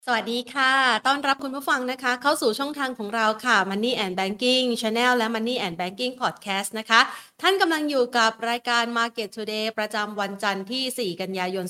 สวัสดีค่ะต้อนรับคุณผู้ฟังนะคะเข้าสู่ช่องทางของเราค่ะ Money and Banking Channel และ Money and Banking Podcast นะคะท่านกำลังอยู่กับรายการ Market Today ประจำวันจันทร์ที่ 4 กันยายน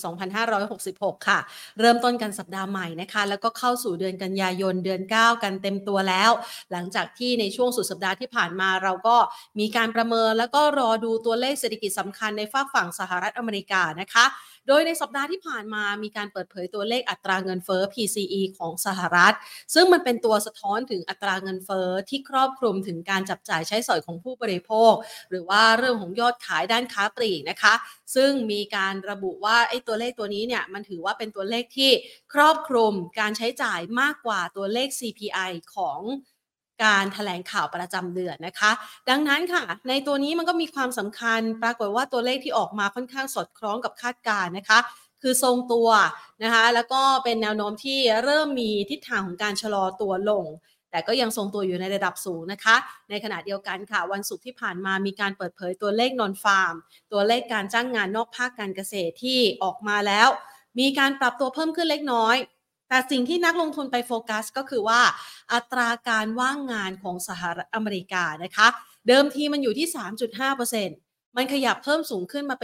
2566 ค่ะเริ่มต้นกันสัปดาห์ใหม่นะคะแล้วก็เข้าสู่เดือนกันยายนเดือน 9 กันเต็มตัวแล้วหลังจากที่ในช่วงสุดสัปดาห์ที่ผ่านมาเราก็มีการประเมินแล้วก็รอดูตัวเลขเศรษฐกิจสำคัญในฝากฝั่งสหรัฐอเมริกานะคะโดยในสัปดาห์ที่ผ่านมามีการเปิดเผยตัวเลขอัตราเงินเฟ้อ PCE ของสหรัฐซึ่งมันเป็นตัวสะท้อนถึงอัตราเงินเฟ้อที่ครอบคลุมถึงการจับจ่ายใช้สอยของผู้บริโภคหรือว่าเรื่องของยอดขายด้านค้าปลีกนะคะซึ่งมีการระบุว่าไอ้ตัวเลขตัวนี้เนี่ยมันถือว่าเป็นตัวเลขที่ครอบคลุมการใช้จ่ายมากกว่าตัวเลข CPI ของการแถลงข่าวประจำเดือนนะคะดังนั้นค่ะในตัวนี้มันก็มีความสำคัญปรากฏว่าตัวเลขที่ออกมาค่อนข้างสอดคล้องกับคาดการณ์นะคะคือทรงตัวนะคะแล้วก็เป็นแนวโน้มที่เริ่มมีทิศทางของการชะลอตัวลงแต่ก็ยังทรงตัวอยู่ในระดับสูงนะคะในขณะเดียวกันค่ะวันศุกร์ที่ผ่านมามีการเปิดเผยตัวเลขนอนฟาร์มตัวเลขการจ้างงานนอกภาคการเกษตรที่ออกมาแล้วมีการปรับตัวเพิ่มขึ้นเล็กน้อยแต่สิ่งที่นักลงทุนไปโฟกัสก็คือว่าอัตราการว่างงานของสหรัฐอเมริกานะคะเดิมทีมันอยู่ที่ 3.5%มันขยับเพิ่มสูงขึ้นมาเป็น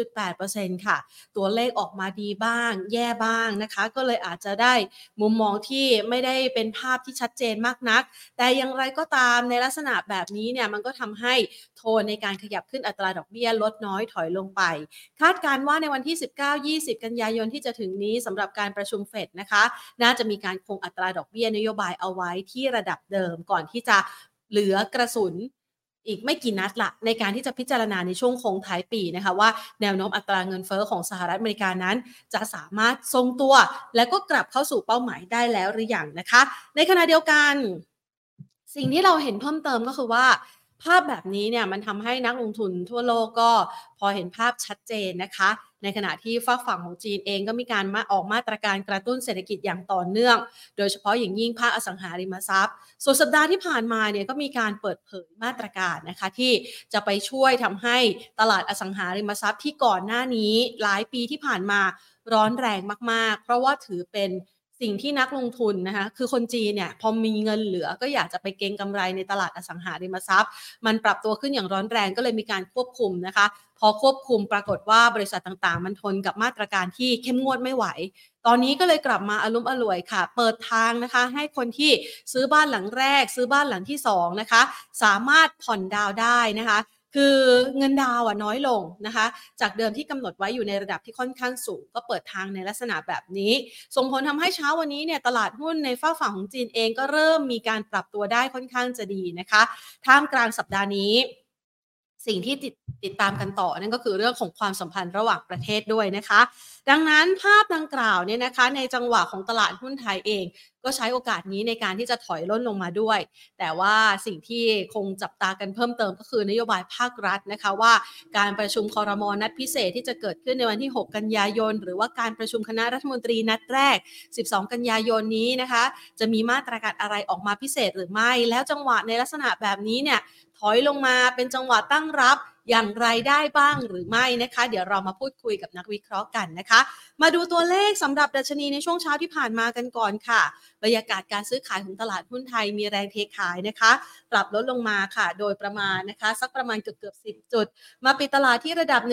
3.8% ค่ะตัวเลขออกมาดีบ้างแย่บ้างนะคะก็เลยอาจจะได้มุมมองที่ไม่ได้เป็นภาพที่ชัดเจนมากนักแต่อย่างไรก็ตามในลักษณะแบบนี้เนี่ยมันก็ทำให้โทนในการขยับขึ้นอัตราดอกเบี้ยลดน้อยถอยลงไปคาดการณ์ว่าในวันที่ 19-20 กันยายนที่จะถึงนี้สำหรับการประชุมเฟดนะคะน่าจะมีการคงอัตราดอกเบี้ยนโยบายเอาไว้ที่ระดับเดิมก่อนที่จะเหลือกระสุนอีกไม่กี่นัดละในการที่จะพิจารณาในช่วงโค้งท้ายปีนะคะว่าแนวโน้มอัตราเงินเฟ้อของสหรัฐอเมริกานั้นจะสามารถทรงตัวและก็กลับเข้าสู่เป้าหมายได้แล้วหรือยังนะคะในขณะเดียวกันสิ่งที่เราเห็นเพิ่มเติมก็คือว่าภาพแบบนี้เนี่ยมันทำให้นักลงทุนทั่วโลกก็พอเห็นภาพชัดเจนนะคะในขณะที่ฝากฝั่งของจีนเองก็มีการออกมาตรการกระตุ้นเศรษฐกิจอย่างต่อเนื่องโดยเฉพาะอย่างยิ่งภาคอสังหาริมทรัพย์ส่วนสัปดาห์ที่ผ่านมาเนี่ยก็มีการเปิดเผยมาตรการนะคะที่จะไปช่วยทำให้ตลาดอสังหาริมทรัพย์ที่ก่อนหน้านี้หลายปีที่ผ่านมาร้อนแรงมากๆเพราะว่าถือเป็นสิ่งที่นักลงทุนนะคะคือคนจีนเนี่ยพอมีเงินเหลือก็อยากจะไปเก็งกำไรในตลาดอสังหาริมทรัพย์มันปรับตัวขึ้นอย่างร้อนแรงก็เลยมีการควบคุมนะคะพอควบคุมปรากฏว่าบริษัทต่างๆมันทนกับมาตรการที่เข้มงวดไม่ไหวตอนนี้ก็เลยกลับมาอารุ่มอร่วยค่ะเปิดทางนะคะให้คนที่ซื้อบ้านหลังแรกซื้อบ้านหลังที่2นะคะสามารถผ่อนดาวได้นะคะคือเงินดาวน้อยลงนะคะจากเดิมที่กำหนดไว้อยู่ในระดับที่ค่อนข้างสูงก็เปิดทางในลักษณะแบบนี้ส่งผลทำให้เช้าวันนี้เนี่ยตลาดหุ้นในฝั่งฝั่งของจีนเองก็เริ่มมีการปรับตัวได้ค่อนข้างจะดีนะคะท่ามกลางสัปดาห์นี้สิ่งที่ติดตามกันต่อนั่นก็คือเรื่องของความสัมพันธ์ระหว่างประเทศด้วยนะคะดังนั้นภาพดังกล่าวเนี่ยนะคะในจังหวะของตลาดหุ้นไทยเองก็ใช้โอกาสนี้ในการที่จะถอยร่นลงมาด้วยแต่ว่าสิ่งที่คงจับตากันเพิ่มเติมก็คือนโยบายภาครัฐนะคะว่าการประชุมครม.นัดพิเศษที่จะเกิดขึ้นในวันที่6กันยายนหรือว่าการประชุมคณะรัฐมนตรีนัดแรก12กันยายนนี้นะคะจะมีมาตรการอะไรออกมาพิเศษหรือไม่แล้วจังหวะในลักษณะแบบนี้เนี่ยถอยลงมาเป็นจังหวะตั้งรับอย่างไรได้บ้างหรือไม่นะคะเดี๋ยวเรามาพูดคุยกับนักวิเคราะห์กันนะคะมาดูตัวเลขสำหรับดัชนีในช่วงเช้าที่ผ่านมากันก่อนค่ะบรรยากาศการซื้อขายของตลาดหุ้นไทยมีแรงเทขายนะคะปรับลดลงมาค่ะโดยประมาณนะคะสักประมาณเกือบ10จุดมาปิดตลาดที่ระดับ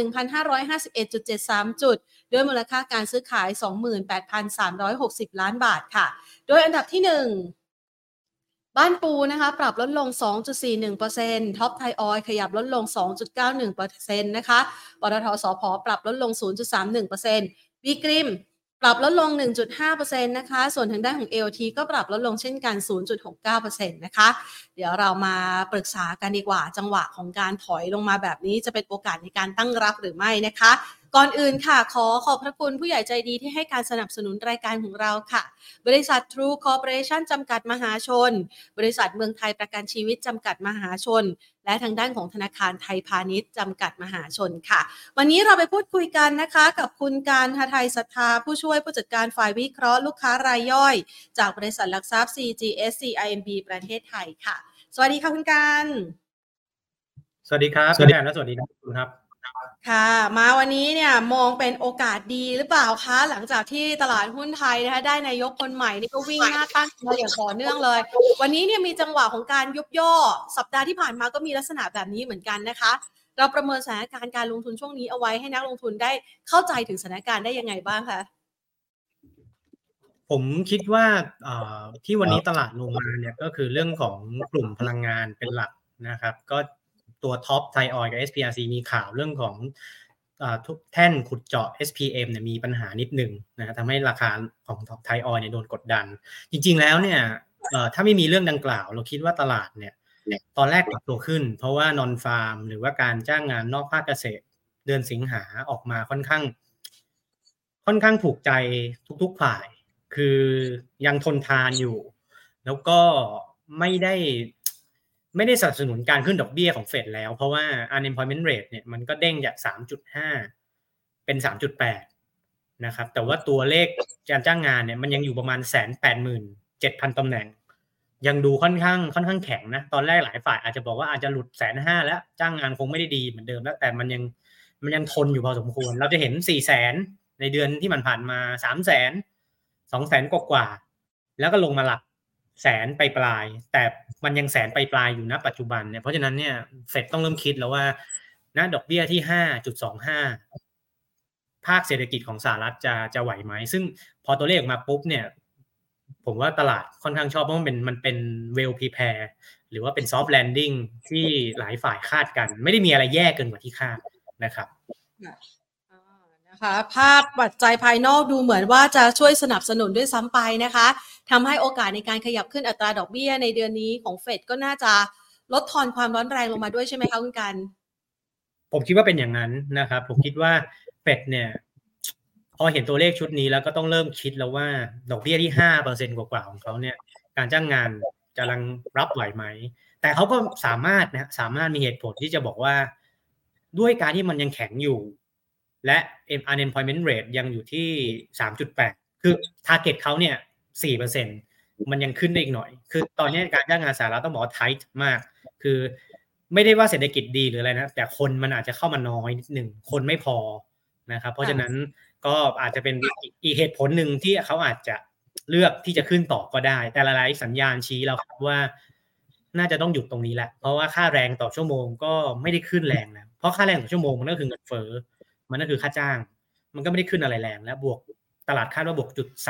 1,551.73 จุดด้วยมูลค่าการซื้อขาย 28,360 ล้านบาทค่ะโดยอันดับที่1บ้านปูนะคะปรับลดลง 2.41% ท็อปไทยออยล์ขยับลดลง 2.91% นะคะปตทสผปรับลดลง 0.31% บีกริมปรับลดลง 1.5% นะคะส่วนทางด้านของ AOT ก็ปรับลดลงเช่นกัน 0.69% นะคะเดี๋ยวเรามาปรึกษากันดีกว่าจังหวะของการถอยลงมาแบบนี้จะเป็นโอกาสในการตั้งรับหรือไม่นะคะก่อนอื่นค่ะขอขอบพระคุณผู้ใหญ่ใจดีที่ให้การสนับสนุนรายการของเราค่ะบริษัท True Corporation จำกัดมหาชนบริษัทเมืองไทยประกันชีวิตจำกัดมหาชนและทางด้านของธนาคารไทยพาณิชย์จำกัดมหาชนค่ะวันนี้เราไปพูดคุยกันนะคะกับคุณการหทัยศรัทธาผู้ช่วยผู้จัดการฝ่ายวิเคราะห์ลูกค้ารายย่อยจากบริษัทหลักทรัพย์ CGS CIMB ประเทศไทยค่ะสวัสดีค่ะคุณการสวัสดีครับพี่แทนและสวัสดีครับคุณครับค่ะมาวันนี้เนี่ยมองเป็นโอกาสดีหรือเปล่าคะหลังจากที่ตลาดหุ้นไทยนะคะได้นายกคนใหม่นี่ก็วิ่งหน้าตั้งมาอย่างต่อเนื่องเลยวันนี้เนี่ยมีจังหวะของการยุบย่อสัปดาห์ที่ผ่านมาก็มีลักษณะแบบนี้เหมือนกันนะคะเราประเมินสถานการณ์การลงทุนช่วงนี้เอาไว้ให้นักลงทุนได้เข้าใจถึงสถานการณ์ได้ยังไงบ้างคะผมคิดว่าที่วันนี้ตลาดลงมาเนี่ยก็คือเรื่องของกลุ่มพลังงานเป็นหลักนะครับก็ตัวท็อปไทยออยล์กับ SPRC มีข่าวเรื่องของทุกแท่นขุดเจาะ SPM เนี่ยมีปัญหานิดหนึ่งนะทำให้ราคาของไทยออยล์เนี่ยโดนกดดันจริงๆแล้วเนี่ยถ้าไม่มีเรื่องดังกล่าวเราคิดว่าตลาดเนี่ยตอนแรกปรับตัวขึ้นเพราะว่านอนฟาร์มหรือว่าการจ้างงานนอกภาคเกษตรเดือนสิงหาออกมาค่อนข้างถูกใจทุกๆฝ่าย คือยังทนทานอยู่แล้วก็ไม่ได้สนับสนุนการขึ้นดอกเบี้ยของเฟดแล้วเพราะว่า unemployment rate เนี่ยมันก็เด้งจาก 3.5 เป็น 3.8 นะครับแต่ว่าตัวเลขการจ้างงานเนี่ยมันยังอยู่ประมาณ 187,000 ตำแหน่งยังดูค่อนข้างแข็งนะตอนแรกหลายฝ่ายอาจจะบอกว่าอาจจะหลุด 150,000 แล้วจ้างงานคงไม่ได้ดีเหมือนเดิมแล้วแต่มันยังทนอยู่พอสมควรเราจะเห็น 400,000 ในเดือนที่ผ่านมา 300,000 200,000 กว่าแล้วก็ลงมาหลักแสนปลายแต่มันยังแสนปลายอยู่นะปัจจุบันเนี่ยเพราะฉะนั้นเนี่ยเฟดต้องเริ่มคิดแล้วว่าณดอกเบี้ยที่ 5.25 ภาคเศรษฐกิจของสหรัฐจะไหวไหมซึ่งพอตัวเลขออกมาปุ๊บเนี่ยผมว่าตลาดค่อนข้างชอบเพราะมันเป็น well prepare หรือว่าเป็น soft landing ที่หลายฝ่ายคาดกันไม่ได้มีอะไรแย่เกินกว่าที่คาดนะครับนะคะภาพปัจจัยภายนอกดูเหมือนว่าจะช่วยสนับสนุนด้วยซ้ำไปนะคะทำให้โอกาสในการขยับขึ้นอัตราดอกเบี้ยในเดือนนี้ของเฟดก็น่าจะลดทอนความร้อนแรงลงมาด้วยใช่ไหมคะคุณกันผมคิดว่าเป็นอย่างนั้นนะครับผมคิดว่าเฟดเนี่ยพอเห็นตัวเลขชุดนี้แล้วก็ต้องเริ่มคิดแล้วว่าดอกเบี้ยที่ 5% กว่าๆของเขาเนี่ยการจ้างงานกำลังรับไหวไหมแต่เขาก็สามารถมีเหตุผลที่จะบอกว่าด้วยการที่มันยังแข็งอยู่และ unemployment rate ยังอยู่ที่ 3.8 คือ target เขาเนี่ย 4% มันยังขึ้นได้อีกหน่อยคือตอนนี้การจ้างงานสหรัฐต้องบอกว่า tight มากคือไม่ได้ว่าเศรษฐกิจดีหรืออะไรนะแต่คนมันอาจจะเข้ามาน้อยนิดหนึ่งคนไม่พอนะครับเพราะฉะนั้นก็อาจจะเป็นอีกเหตุผลหนึ่งที่เขาอาจจะเลือกที่จะขึ้นต่อก็ได้แต่หลายๆสัญญาณชี้แล้วครับว่าน่าจะต้องหยุดตรงนี้แหละเพราะว่าค่าแรงต่อชั่วโมงก็ไม่ได้ขึ้นแรงแล้วเพราะค่าแรงต่อชั่วโมงมันก็คือเงินเฟ้อมันก็คือค่าจ้างมันก็ไม่ได้ขึ้นอะไรแรงแล้วบวกตลาดคาดว่าบวก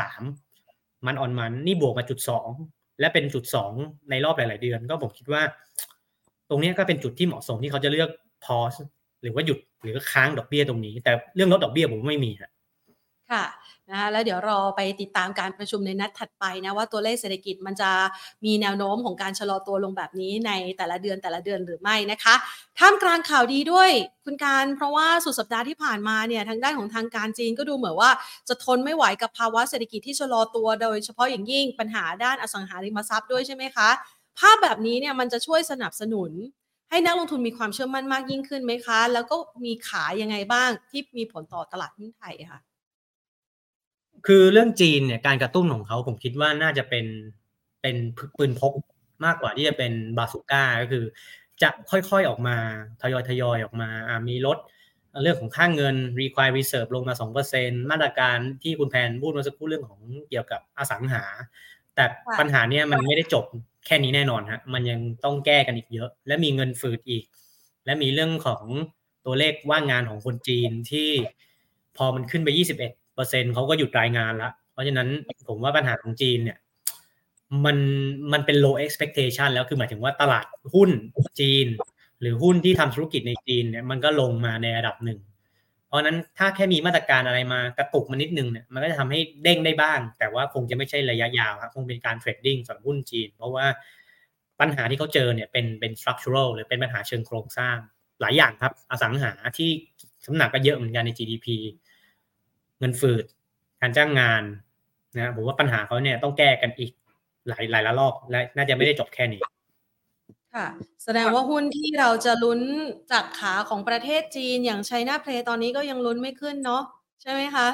0.3 มันออนมันนี่บวกมา 0.2 และเป็น 0.2 ในรอบหลายๆเดือนก็ผมคิดว่าตรงนี้ก็เป็นจุดที่เหมาะสมที่เขาจะเลือก pause หรือว่าหยุดหรือค้างดอกเบี้ยตรงนี้แต่เรื่องลดดอกเบี้ยผมไม่มีค่ะนะคะแล้วเดี๋ยวรอไปติดตามการประชุมในนัดถัดไปนะว่าตัวเลขเศรษฐกิจมันจะมีแนวโน้มของการชะลอตัวลงแบบนี้ในแต่ละเดือนหรือไม่นะคะท่ามกลางข่าวดีด้วยคุณการเพราะว่าสุดสัปดาห์ที่ผ่านมาเนี่ยทางด้านของทางการจีนก็ดูเหมือนว่าจะทนไม่ไหวกับภาวะเศรษฐกิจที่ชะลอตัวโดยเฉพาะอย่างยิ่งปัญหาด้านอสังหาริมทรัพย์ด้วยใช่ไหมคะภาพแบบนี้เนี่ยมันจะช่วยสนับสนุนให้นักลงทุนมีความเชื่อมั่นมากยิ่งขึ้นไหมคะแล้วก็มีขายยังไงบ้างที่มีผลต่อตลาดหุ้นไทยค่ะคือเรื่องจีนเนี่ยการกระตุ้นของเขาผมคิดว่าน่าจะเป็นปืนพกมากกว่าที่จะเป็นบาซูก้าก็คือจะค่อยๆออกมาทยอยออกมามีลดเรื่องของค่าเงิน require reserve ลงมา 2% มาตรการที่คุณแพนพูดเมื่อสักครู่เรื่องของเกี่ยวกับอสังหาแต่ปัญหาเนี่ยมันไม่ได้จบแค่นี้แน่นอนฮะมันยังต้องแก้กันอีกเยอะและมีเงินฝืดอีกและมีเรื่องของตัวเลขว่างงานของคนจีนที่พอมันขึ้นไป21%เขาก็หยุดรายงานแล้วเพราะฉะนั้นผมว่าปัญหาของจีนเนี่ยมันเป็น low expectation แล้วคือหมายถึงว่าตลาดหุ้นจีนหรือหุ้นที่ทำธุรกิจในจีนเนี่ยมันก็ลงมาในระดับหนึ่งเพราะนั้นถ้าแค่มีมาตรการอะไรมากระตุกมานิดนึงเนี่ยมันก็จะทำให้เด้งได้บ้างแต่ว่าคงจะไม่ใช่ระยะยาวครับคงเป็นการเทรดดิ้งสำหรับหุ้นจีนเพราะว่าปัญหาที่เขาเจอเนี่ยเป็น structural หรือเป็นปัญหาเชิงโครงสร้างหลายอย่างครับอสังหาที่น้ำหนักก็เยอะเหมือนกันใน GDP เงินฝืดการจ้างงานนะผมว่าปัญหาเขาเนี่ยต้องแก้กันอีกหลายละลอกและน่าจะไม่ได้จบแค่นี้ค่ะแสดงว่าหุ้นที่เราจะลุ้นจากขาของประเทศจีนอย่าง China Play ตอนนี้ก็ยังลุ้นไม่ขึ้นเนาะใช่ไหมคะ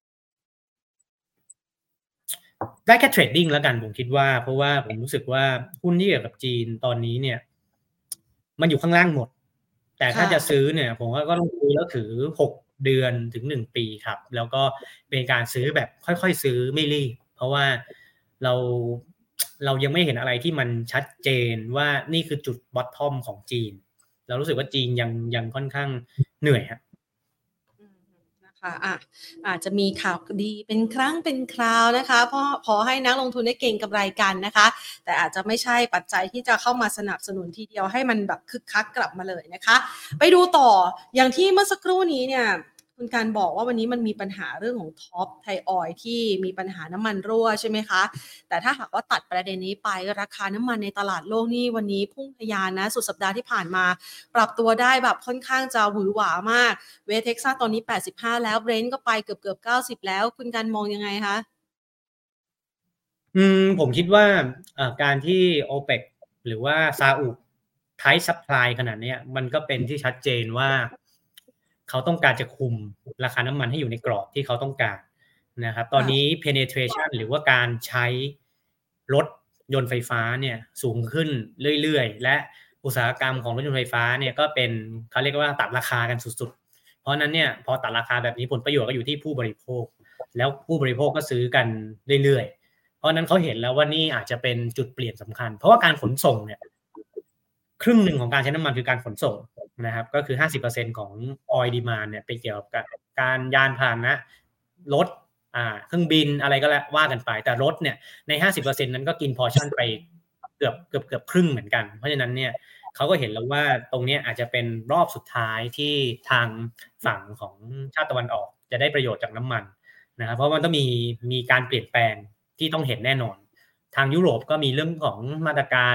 ได้แค่เทรดดิ้งแล้วกันผมคิดว่าเพราะว่าผมรู้สึกว่าหุ้นที่เกี่ยวกับจีนตอนนี้เนี่ยมันอยู่ข้างล่างหมดแต่ถ้าจะซื้อเนี่ยผมว่าก็ต้องซื้อแล้วถือ6เดือนถึง1ปีครับแล้วก็เป็นการซื้อแบบค่อยๆซื้อไม่รีบเพราะว่าเราเรายังไม่เห็นอะไรที่มันชัดเจนว่านี่คือจุดบอททอมของจีนเรารู้สึกว่าจีนยังค่อนข้างเหนื่อยครับนะคะอาจจะมีข่าวดีเป็นครั้งเป็นคราวนะคะเพราะพอให้นักลงทุนได้เก็งกำไรกันนะคะแต่อาจจะไม่ใช่ปัจจัยที่จะเข้ามาสนับสนุนทีเดียวให้มันแบบคึกคักกลับมาเลยนะคะไปดูต่ออย่างที่เมื่อสักครู่นี้เนี่ยคุณการบอกว่าวันนี้มันมีปัญหาเรื่องของท็อปไทยออยล์ที่มีปัญหาน้ำมันรั่วใช่ไหมคะแต่ถ้าหากว่าตัดประเด็นนี้ไปราคาน้ำมันในตลาดโลกนี่วันนี้พุ่งทะยานนะสุดสัปดาห์ที่ผ่านมาปรับตัวได้แบบค่อนข้างจะหวือหวามากเวสเท็กซัสตอนนี้85แล้วเบรนท์ก็ไปเกือบ90แล้วคุณกันมองยังไงคะผมคิดว่าการที่ OPEC หรือว่าซาอุไทท์ซัพพลายขนาดนี้มันก็เป็นที่ชัดเจนว่าเขาต้องการจะคุมราคาน้ำมันให้อยู่ในกรอบที่เขาต้องการนะครับตอนนี้ penetration หรือว่าการใช้รถยนต์ไฟฟ้าเนี่ยสูงขึ้นเรื่อยๆและอุตสาหกรรมของรถยนต์ไฟฟ้าเนี่ยก็เป็นเขาเรียกว่าตัดราคากันสุดๆเพราะนั้นเนี่ยพอตัดราคาแบบนี้ผลประโยชน์ก็อยู่ที่ผู้บริโภคแล้วผู้บริโภคก็ซื้อกันเรื่อยๆเพราะนั้นเขาเห็นแล้วว่านี่อาจจะเป็นจุดเปลี่ยนสำคัญเพราะว่าการขนส่งเนี่ยครึ่งหนึ่งของการใช้น้ำมันคือการขนส่งนะครับก็คือ 50% ของ oil demand เนี่ยไปเกี่ยวกับการยานพาหนะรถเครื่องบินอะไรก็แล้วว่ากันไปแต่รถเนี่ยใน 50% นั้นก็กินพอร์ชั่นไปเกือบครึ่งเหมือนกันเพราะฉะนั้นเนี่ยเขาก็เห็นแล้วว่าตรงนี้อาจจะเป็นรอบสุดท้ายที่ทางฝั่งของชาติตะวันออกจะได้ประโยชน์จากน้ำมันนะครับเพราะมันต้องมีการเปลี่ยนแปลงที่ต้องเห็นแน่นอนทางยุโรปก็มีเรื่องของมาตรการ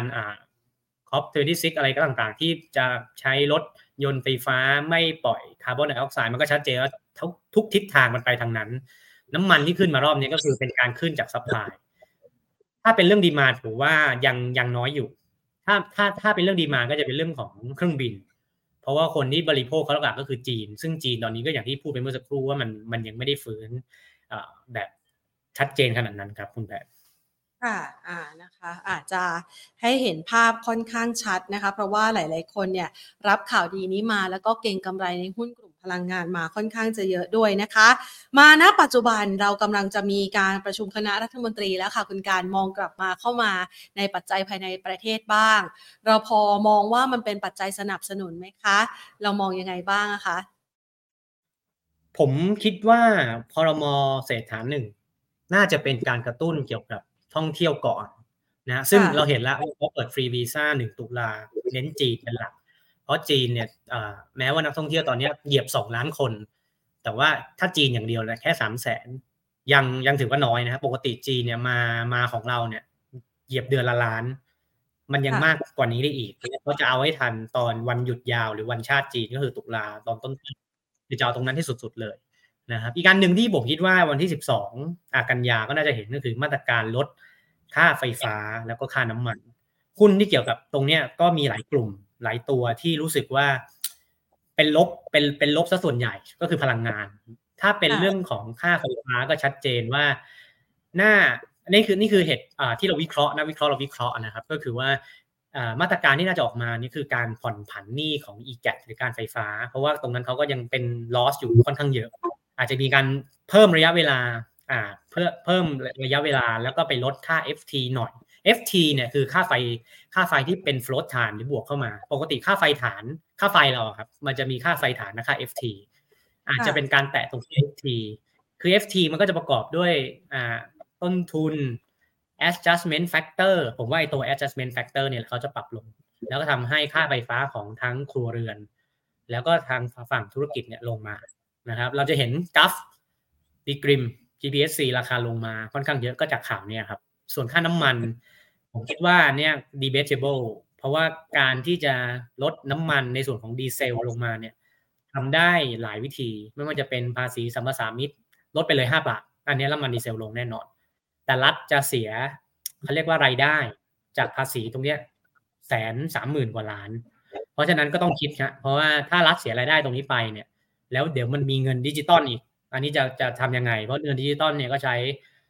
COP26 อะไรก็ต่างๆที่จะใช้รถยนต์ไฟฟ้าไม่ปล่อยคาร์บอนไดออกไซด์มันก็ชัดเจนว่าทุกทิศทางมันไปทางนั้นน้ำมันที่ขึ้นมารอบนี้ก็คือเป็นการขึ้นจากซัพพลายถ้าเป็นเรื่องดีมานด์ผมว่ายังน้อยอยู่ถ้าเป็นเรื่องดีมานด์ก็จะเป็นเรื่องของเครื่องบินเพราะว่าคนที่บริโภคเขาหลักก็คือจีนซึ่งจีนตอนนี้ก็อย่างที่พูดไปเมื่อสักครู่ว่ามันยังไม่ได้ฟื้นแบบชัดเจนขนาดนั้นครับคุณแพทย์ค่ะนะคะอาจจะให้เห็นภาพค่อนข้างชัดนะคะเพราะว่าหลายๆคนเนี่ยรับข่าวดีนี้มาแล้วก็เก็งกำไรในหุ้นกลุ่มพลังงานมาค่อนข้างจะเยอะด้วยนะคะมาณปัจจุบันเรากำลังจะมีการประชุมคณะรัฐมนตรีแล้วค่ะคุณการมองกลับมาเข้ามาในปัจจัยภายในประเทศบ้างเราพอมองว่ามันเป็นปัจจัยสนับสนุนไหมคะเรามองยังไงบ้างอะคะผมคิดว่าพรม.เศรษฐาหนึ่งน่าจะเป็นการกระตุ้นเกี่ยวกับท่องเที่ยวก่อนนะซึ่งเราเห็นแล้วว่าเขาเปิดฟรีวีซ่า1ตุลาเน้นจีนเป็นหลักเพราะจีนเนี่ยแม้ว่านักท่องเที่ยวตอนนี้เหยียบ2ล้านคนแต่ว่าถ้าจีนอย่างเดียวนะแค่300,000ยังถือว่าน้อยนะครับปกติจีนเนี่ยมาของเราเนี่ยเหยียบเดือนละล้านมันยังมากกว่านี้ได้อีกเขาจะเอาให้ทันตอนวันหยุดยาวหรือวันชาติจีนก็คือตุลาตอนต้นคือจะเอาตรงนั้นที่สุดๆเลยนะครับอีกการหนึ่งที่ผมคิดว่าวันที่12กันยาก็น่าจะเห็นก็คือมาตรการลดค่าไฟฟ้าแล้วก็ค่าน้ำมันหุ้นที่เกี่ยวกับตรงเนี้ยก็มีหลายกลุ่มหลายตัวที่รู้สึกว่าเป็นลบเป็นลบซะส่วนใหญ่ก็คือพลังงานถ้าเป็นเรื่องของค่าไฟฟ้าก็ชัดเจนว่าน่านี่คือเหตุที่เราวิเคราะห์นะวิเคราะห์นะครับก็คือว่ามาตรการที่น่าจะออกมานี่คือการผ่อนผันหนี้ของ EGAT หรือการไฟฟ้าเพราะว่าตรงนั้นเขาก็ยังเป็น loss อยู่ค่อนข้างเยอะอาจจะมีการเพิ่มระยะเวลาเพิ่มระยะเวลาแล้วก็ไปลดค่า FT หน่อย FT เนี่ยคือค่าไฟที่เป็น float time หรือบวกเข้ามาปกติค่าไฟฐานค่าไฟเราครับมันจะมีค่าไฟฐานนะค่า FT อาจจะเป็นการแตะตรง FT คือ FT มันก็จะประกอบด้วยต้นทุน adjustment factor ผมว่าไอ้ตัว adjustment factor เนี่ยเขาจะปรับลงแล้วก็ทำให้ค่าไฟฟ้าของทั้งครัวเรือนแล้วก็ทางฝั่งธุรกิจเนี่ยลงมานะครับเราจะเห็นกราฟดีกริม GPSC ราคาลงมาค่อนข้างเยอะก็จากข่าวเนี่ยครับส่วนค่าน้ำมันผมคิดว่าเนี่ย debatable เพราะว่าการที่จะลดน้ำมันในส่วนของดีเซลลงมาเนี่ยทำได้หลายวิธีไม่ว่าจะเป็นภาษีสัมปทานมิตรลดไปเลย5 บาทอันนี้น้ำมันดีเซลลงแน่นอนแต่รัฐจะเสียเขาเรียกว่ารายได้จากภาษีตรงเนี้ย130,000 กว่าล้านเพราะฉะนั้นก็ต้องคิดครับเพราะว่าถ้ารัฐเสียรายได้ตรงนี้ไปเนี่ยแล้วเดี๋ยวมันมีเงินดิจิตอลอีกอันนี้จะทำยังไงเพราะเงินดิจิตอลเนี่ยก็ใช้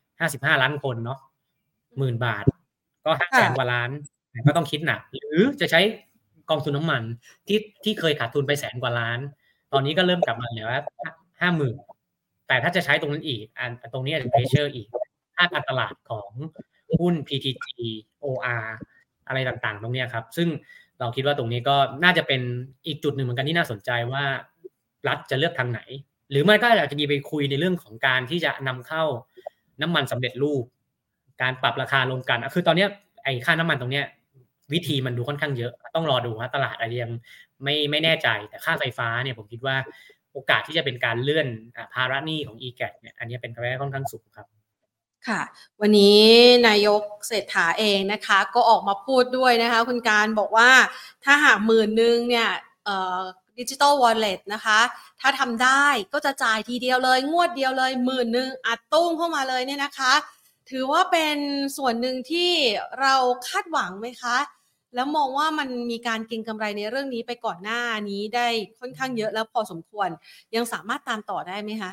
55ล้านคนเนาะ10,000 บาทก็500,000 กว่าล้านก็ต้องคิดหนักหรือจะใช้กองทุนน้ำมันที่เคยขาดทุนไป100,000 กว่าล้านตอนนี้ก็เริ่มกลับมาเหลือ50,000แต่ถ้าจะใช้ตรงนั้นอีกตรงนี้อาจจะ pressure อีกค่าการตลาดของหุ้น PTG OR อะไรต่างๆตรงนี้ครับซึ่งเราคิดว่าตรงนี้ก็น่าจะเป็นอีกจุดหนึ่งเหมือนกันที่น่าสนใจว่ารัฐจะเลือกทางไหนหรือไม่ก็อาจจะมีไปคุยในเรื่องของการที่จะนำเข้าน้ำมันสำเร็จรูปการปรับราคาลงกันคือตอนนี้ไอ้ค่าน้ำมันตรงเนี้ยวิธีมันดูค่อนข้างเยอะต้องรอดูว่าตลาดอาจจะยังไม่แน่ใจแต่ค่าไฟฟ้าเนี่ยผมคิดว่าโอกาสที่จะเป็นการเลื่อนภาระหนี้ของ EGAT เนี่ยอันนี้เป็นไปได้ค่อนข้างสูงครับค่ะวันนี้นายกเศรษฐาเองนะคะก็ออกมาพูดด้วยนะคะคุณการบอกว่าถ้าหาก10,000เนี่ยDigital Wallet นะคะถ้าทำได้ก็จะจ่ายทีเดียวเลยงวดเดียวเลย10,000อัดตุ้มเข้ามาเลยเนี่ยนะคะถือว่าเป็นส่วนหนึ่งที่เราคาดหวังไหมคะแล้วมองว่ามันมีการเก็งกำไรในเรื่องนี้ไปก่อนหน้านี้ได้ค่อนข้างเยอะแล้วพอสมควรยังสามารถตามต่อได้ไหมคะ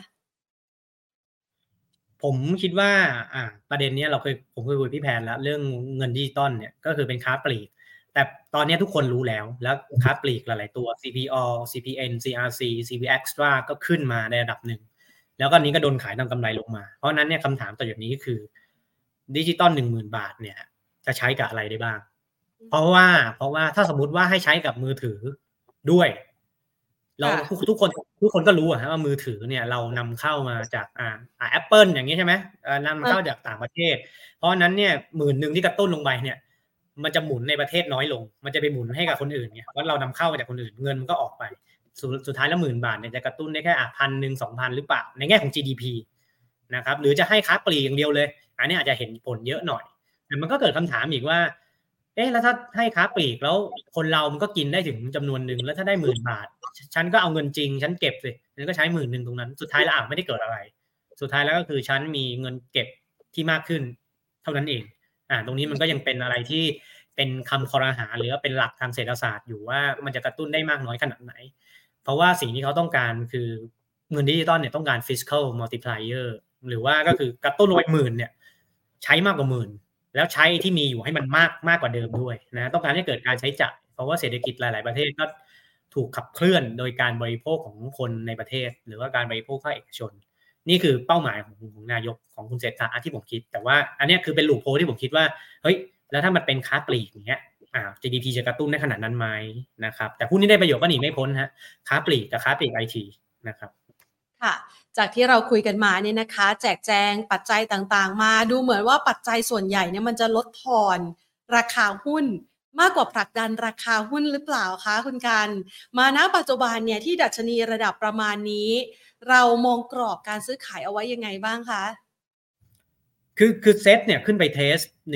ผมคิดว่าประเด็นนี้ผมเคยคุยพี่แพนแล้วเรื่องเงินดิจิตอลเนี่ยก็คือเป็นค้าปลีกแต่ตอนนี้ทุกคนรู้แล้วค้าปลีกหลายๆตัว CPO CPN CRC CP Extra ก็ขึ้นมาในระดับหนึ่งแล้วก็นี้ก็โดนขายทำกำไรลงมาเพราะนั้นเนี่ยคำถามต่อจากนี้ก็คือดิจิตอล 10,000 บาทเนี่ยจะใช้กับอะไรได้บ้างเพราะว่าถ้าสมมุติว่าให้ใช้กับมือถือด้วยเราทุกคนก็รู้ว่ามือถือเนี่ยเรานำเข้ามาจากApple อย่างนี้ใช่ไหมนำเข้าจากต่างประเทศเพราะนั้นเนี่ย10,000ที่กระตุ้นลงไปเนี่ยมันจะหมุนในประเทศน้อยลงมันจะไปหมุนให้กับคนอื่นเนี่ยเพราะเรานำเข้ามาจากคนอื่นเงินมันก็ออกไปสุดท้ายแล้ว10,000 บาทเนี่ยจะกระตุ้นได้แค่1,000 2,000หรือเปล่าในแง่ของ GDP นะครับหรือจะให้ค้าปลีกอย่างเดียวเลยอันนี้อาจจะเห็นผลเยอะหน่อยแต่มันก็เกิดคำถามอีกว่าแล้วถ้าให้ค้าปลีกแล้วคนเรามันก็กินได้ถึงจำนวนหนึ่งแล้วถ้าได้10,000 บาทฉันก็เอาเงินจริงฉันเก็บสิฉันก็ใช้10,000ตรงนั้นสุดท้ายแล้วไม่ได้เกิดอะไรสุดท้ายแล้วก็คือฉันมีเงินเก็บที่มากขึ้นเท่านั้นเองตรงนี้มันก็ยังเป็นอะไรที่เป็นคำคอรหาหรือว่าเป็นหลักทางเศรษฐศาสตร์อยู่ว่ามันจะกระตุ้นได้มากน้อยขนาดไหนเพราะว่าสิ่งที่เขาต้องการคือเงินดิจิตอลเนี่ยต้องการ fiscal multiplier หรือว่าก็คือกระตุ้นลงไป10,000เนี่ยใช้มากกว่า10,000แล้วใช้ที่มีอยู่ให้มันมากกว่าเดิมด้วยนะต้องการให้เกิดการใช้จ่ายเพราะว่าเศรษฐกิจหลายๆประเทศก็ถูกขับเคลื่อนโดยการบริโภคของคนในประเทศหรือว่าการบริโภคภาคเอกชนนี่คือเป้าหมายของนายกของคุณเศรษฐาที่ผมคิดแต่ว่าอันนี้คือเป็นลูปโฮลที่ผมคิดว่าเฮ้ยแล้วถ้ามันเป็นค้าปลีกอย่างเงี้ยGDP จะกระตุ้นได้ขนาดนั้นไหมนะครับแต่ผู้นี้ได้ประโยชน์ก็หนีไม่พ้นฮะค้าปลีกกับค้าปลีก IT นะครับค่ะจากที่เราคุยกันมาเนี่ยนะคะแจกแจงปัจจัยต่างๆมาดูเหมือนว่าปัจจัยส่วนใหญ่เนี่ยมันจะลดทอนราคาหุ้นมากกว่าผลักดันราคาหุ้นหรือเปล่าคะคุณกันมาณปัจจุบันเนี่ยที่ดัชนีระดับประมาณนี้เรามองกรอบการซื้อขายเอาไว้ยังไงบ้างคะคือเซตเนี่ยขึ้นไปเทส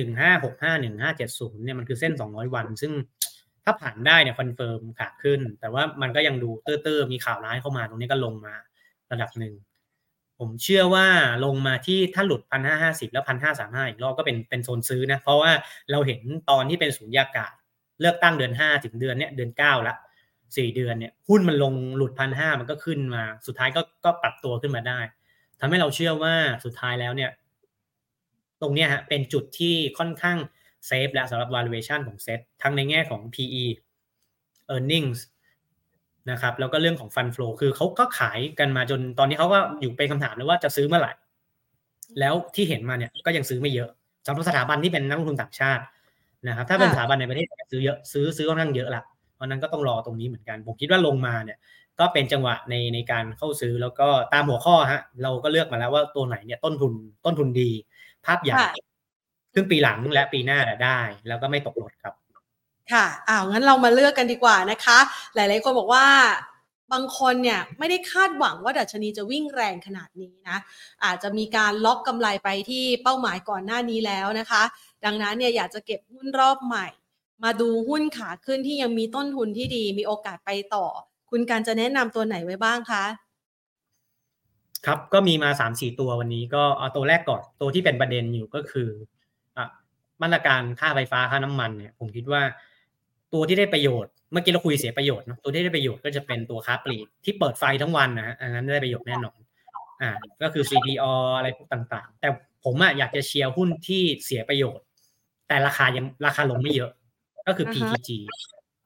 1565 1570เนี่ยมันคือเส้น200วันซึ่งถ้าผ่านได้เนี่ยคอนเฟิร์มขาขึ้นแต่ว่ามันก็ยังดูตื้อๆมีข่าวร้ายเข้ามาตรงนี้ก็ลงมาระดับหนึ่งผมเชื่อว่าลงมาที่ถ้าหลุด 1,550 แล้ว 1,535 อีกรอบก็เป็นโซนซื้อนะเพราะว่าเราเห็นตอนที่เป็นสุญญากาศเลือกตั้งเดือน5ถึงเดือน9ละ4เดือนเนี่ยหุ้นมันลงหลุด 1,500 มันก็ขึ้นมาสุดท้ายก็ปรับตัวขึ้นมาได้ทำให้เราเชื่อว่าสุดท้ายแล้วเนี่ยตรงนี้ฮะเป็นจุดที่ค่อนข้างเซฟและสำหรับ valuation ของเซ็ตทั้งในแง่ของ PE earnings นะครับแล้วก็เรื่องของ fund flow คือเขาก็ขายกันมาจนตอนนี้เขาก็อยู่เป็นคำถามเลยว่าจะซื้อเมื่อไหร่แล้วที่เห็นมาเนี่ยก็ยังซื้อไม่เยอะสำหรับสถาบันที่เป็นนักลงทุนต่างชาตินะครับถ้าเป็นสถาบันในประเทศซื้อเยอะซื้อค่อนข้างเยอะละเพราะนั้นก็ต้องรอตรงนี้เหมือนกันผมคิดว่าลงมาเนี่ยก็เป็นจังหวะในการเข้าซื้อแล้วก็ตามหัวข้อฮะเราก็เลือกมาแล้วว่าตัวไหนเนี่ยต้นทุนดีภาพใหญ่ครึ่งปีหลังและปีหน้าได้แล้วก็ไม่ตกรถครับค่ะงั้นเรามาเลือกกันดีกว่านะคะหลายๆคนบอกว่าบางคนเนี่ยไม่ได้คาดหวังว่าดัชนีจะวิ่งแรงขนาดนี้นะอาจจะมีการล็อกกำไรไปที่เป้าหมายก่อนหน้านี้แล้วนะคะดังนั้นเนี่ยอยากจะเก็บหุ้นรอบใหม่มาดูหุ้นขาขึ้นที่ยังมีต้นทุนที่ดีมีโอกาสไปต่อคุณการจะแนะนำตัวไหนไว้บ้างคะครับก็มีมา 3-4 ตัววันนี้ก็เอาตัวแรกก่อนตัวที่เป็นประเด็นอยู่ก็คือมาตรการค่าไฟฟ้าค่าน้ำมันเนี่ยผมคิดว่าตัวที่ได้ประโยชน์เมื่อกี้เราคุยเสียประโยชน์เนาะตัวที่ได้ประโยชน์ก็จะเป็นตัวค้าปลีกที่เปิดไฟทั้งวันนะฮะอันนั้นได้ประโยชน์แน่นอนก็คือ CPO อะไรพวกต่างๆแต่ผมอยากจะเชียร์หุ้นที่เสียประโยชน์แต่ราคาลงไม่เยอะก็คือ PTG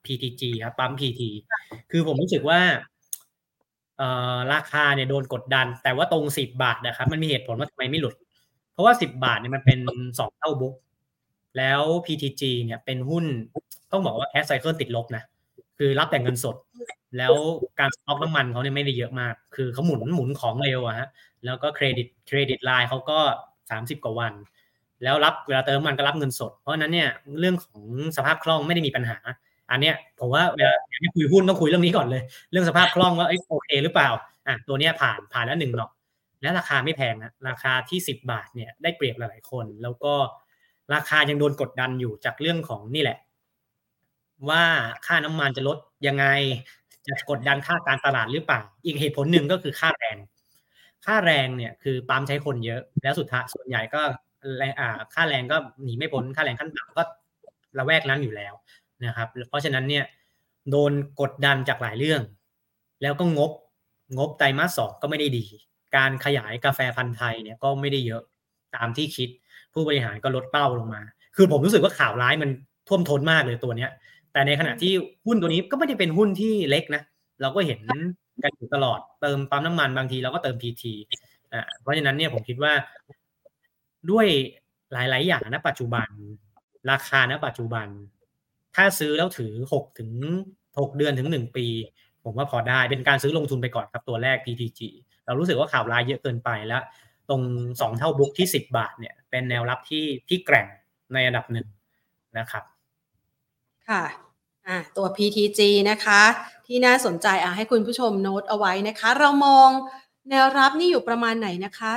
PTG ครับปั๊ม PT คือผมรู้สึกว่าราคาเนี่ยโดนกดดันแต่ว่าตรง10 บาทนะครับมันมีเหตุผลว่าทำไมไม่หลุดเพราะว่า10 บาทเนี่ยมันเป็น2เท่าบุ๊กแล้ว PTG เนี่ยเป็นหุ้นต้องบอกว่า cash cycle ติดลบนะคือรับแต่เงินสดแล้วการสต็อกน้ำมันเขาเนี่ยไม่ได้เยอะมากคือเขาหมุนของเร็วอะฮะแล้วก็เครดิตไลน์เขาก็30 กว่าวันแล้วเวลาเติมน้ำมันก็รับเงินสดเพราะฉะนั้นเนี่ยเรื่องของสภาพคล่องไม่ได้มีปัญหาอันเนี้ยผมว่าเวลาที่คุยหุ้นต้องคุยเรื่องนี้ก่อนเลยเรื่องสภาพคล่องว่าโอเคหรือเปล่าตัวเนี้ยผ่านแล้ว1 หนอกและราคาไม่แพงนะราคาที่10 บาทเนี่ยได้เปรียบหลายๆคนแล้วก็ราคายังโดนกดดันอยู่จากเรื่องของนี่แหละว่าค่าน้ำมันจะลดยังไงจะกดดันค่าการตลาดหรือเปล่าอีกเหตุผลหนึ่งก็คือค่าแรงเนี่ยคือปั๊มใช้คนเยอะแล้วสุดท้ายส่วนใหญ่ก็ค่าแรงก็หนีไม่พ้นค่าแรงขั้นต่ำก็ระแวกนั้นอยู่แล้วนะครับเพราะฉะนั้นเนี่ยโดนกดดันจากหลายเรื่องแล้วก็งบไตรมาส 2ก็ไม่ได้ดีการขยายกาแฟพันธุ์ไทยเนี่ยก็ไม่ได้เยอะตามที่คิดผู้บริหารก็ลดเป้าลงมาคือผมรู้สึกว่าข่าวร้ายมันท่วมท้นมากเลยตัวเนี้ยแต่ในขณะที่หุ้นตัวนี้ก็ไม่ได้เป็นหุ้นที่เล็กนะเราก็เห็นกันอยู่ตลอดเติมปั๊มน้ำมันบางทีเราก็เติม PT เพราะฉะนั้นเนี่ยผมคิดว่าด้วยหลายๆอย่างณปัจจุบันราคาณปัจจุบันถ้าซื้อแล้วถือ6 เดือนถึง1 ปีผมว่าพอได้เป็นการซื้อลงทุนไปก่อนครับตัวแรก PTG เรารู้สึกว่าข่าวร้ายเยอะเกินไปแล้วตรง2 เท่าบุ๊กที่10 บาทเนี่ยเป็นแนวรับที่แกร่งในอันดับหนึ่งนะครับค่ะตัว PTG นะคะที่น่าสนใจให้คุณผู้ชมโน้ตเอาไว้นะคะเรามองแนวรับนี่อยู่ประมาณไหนนะคะ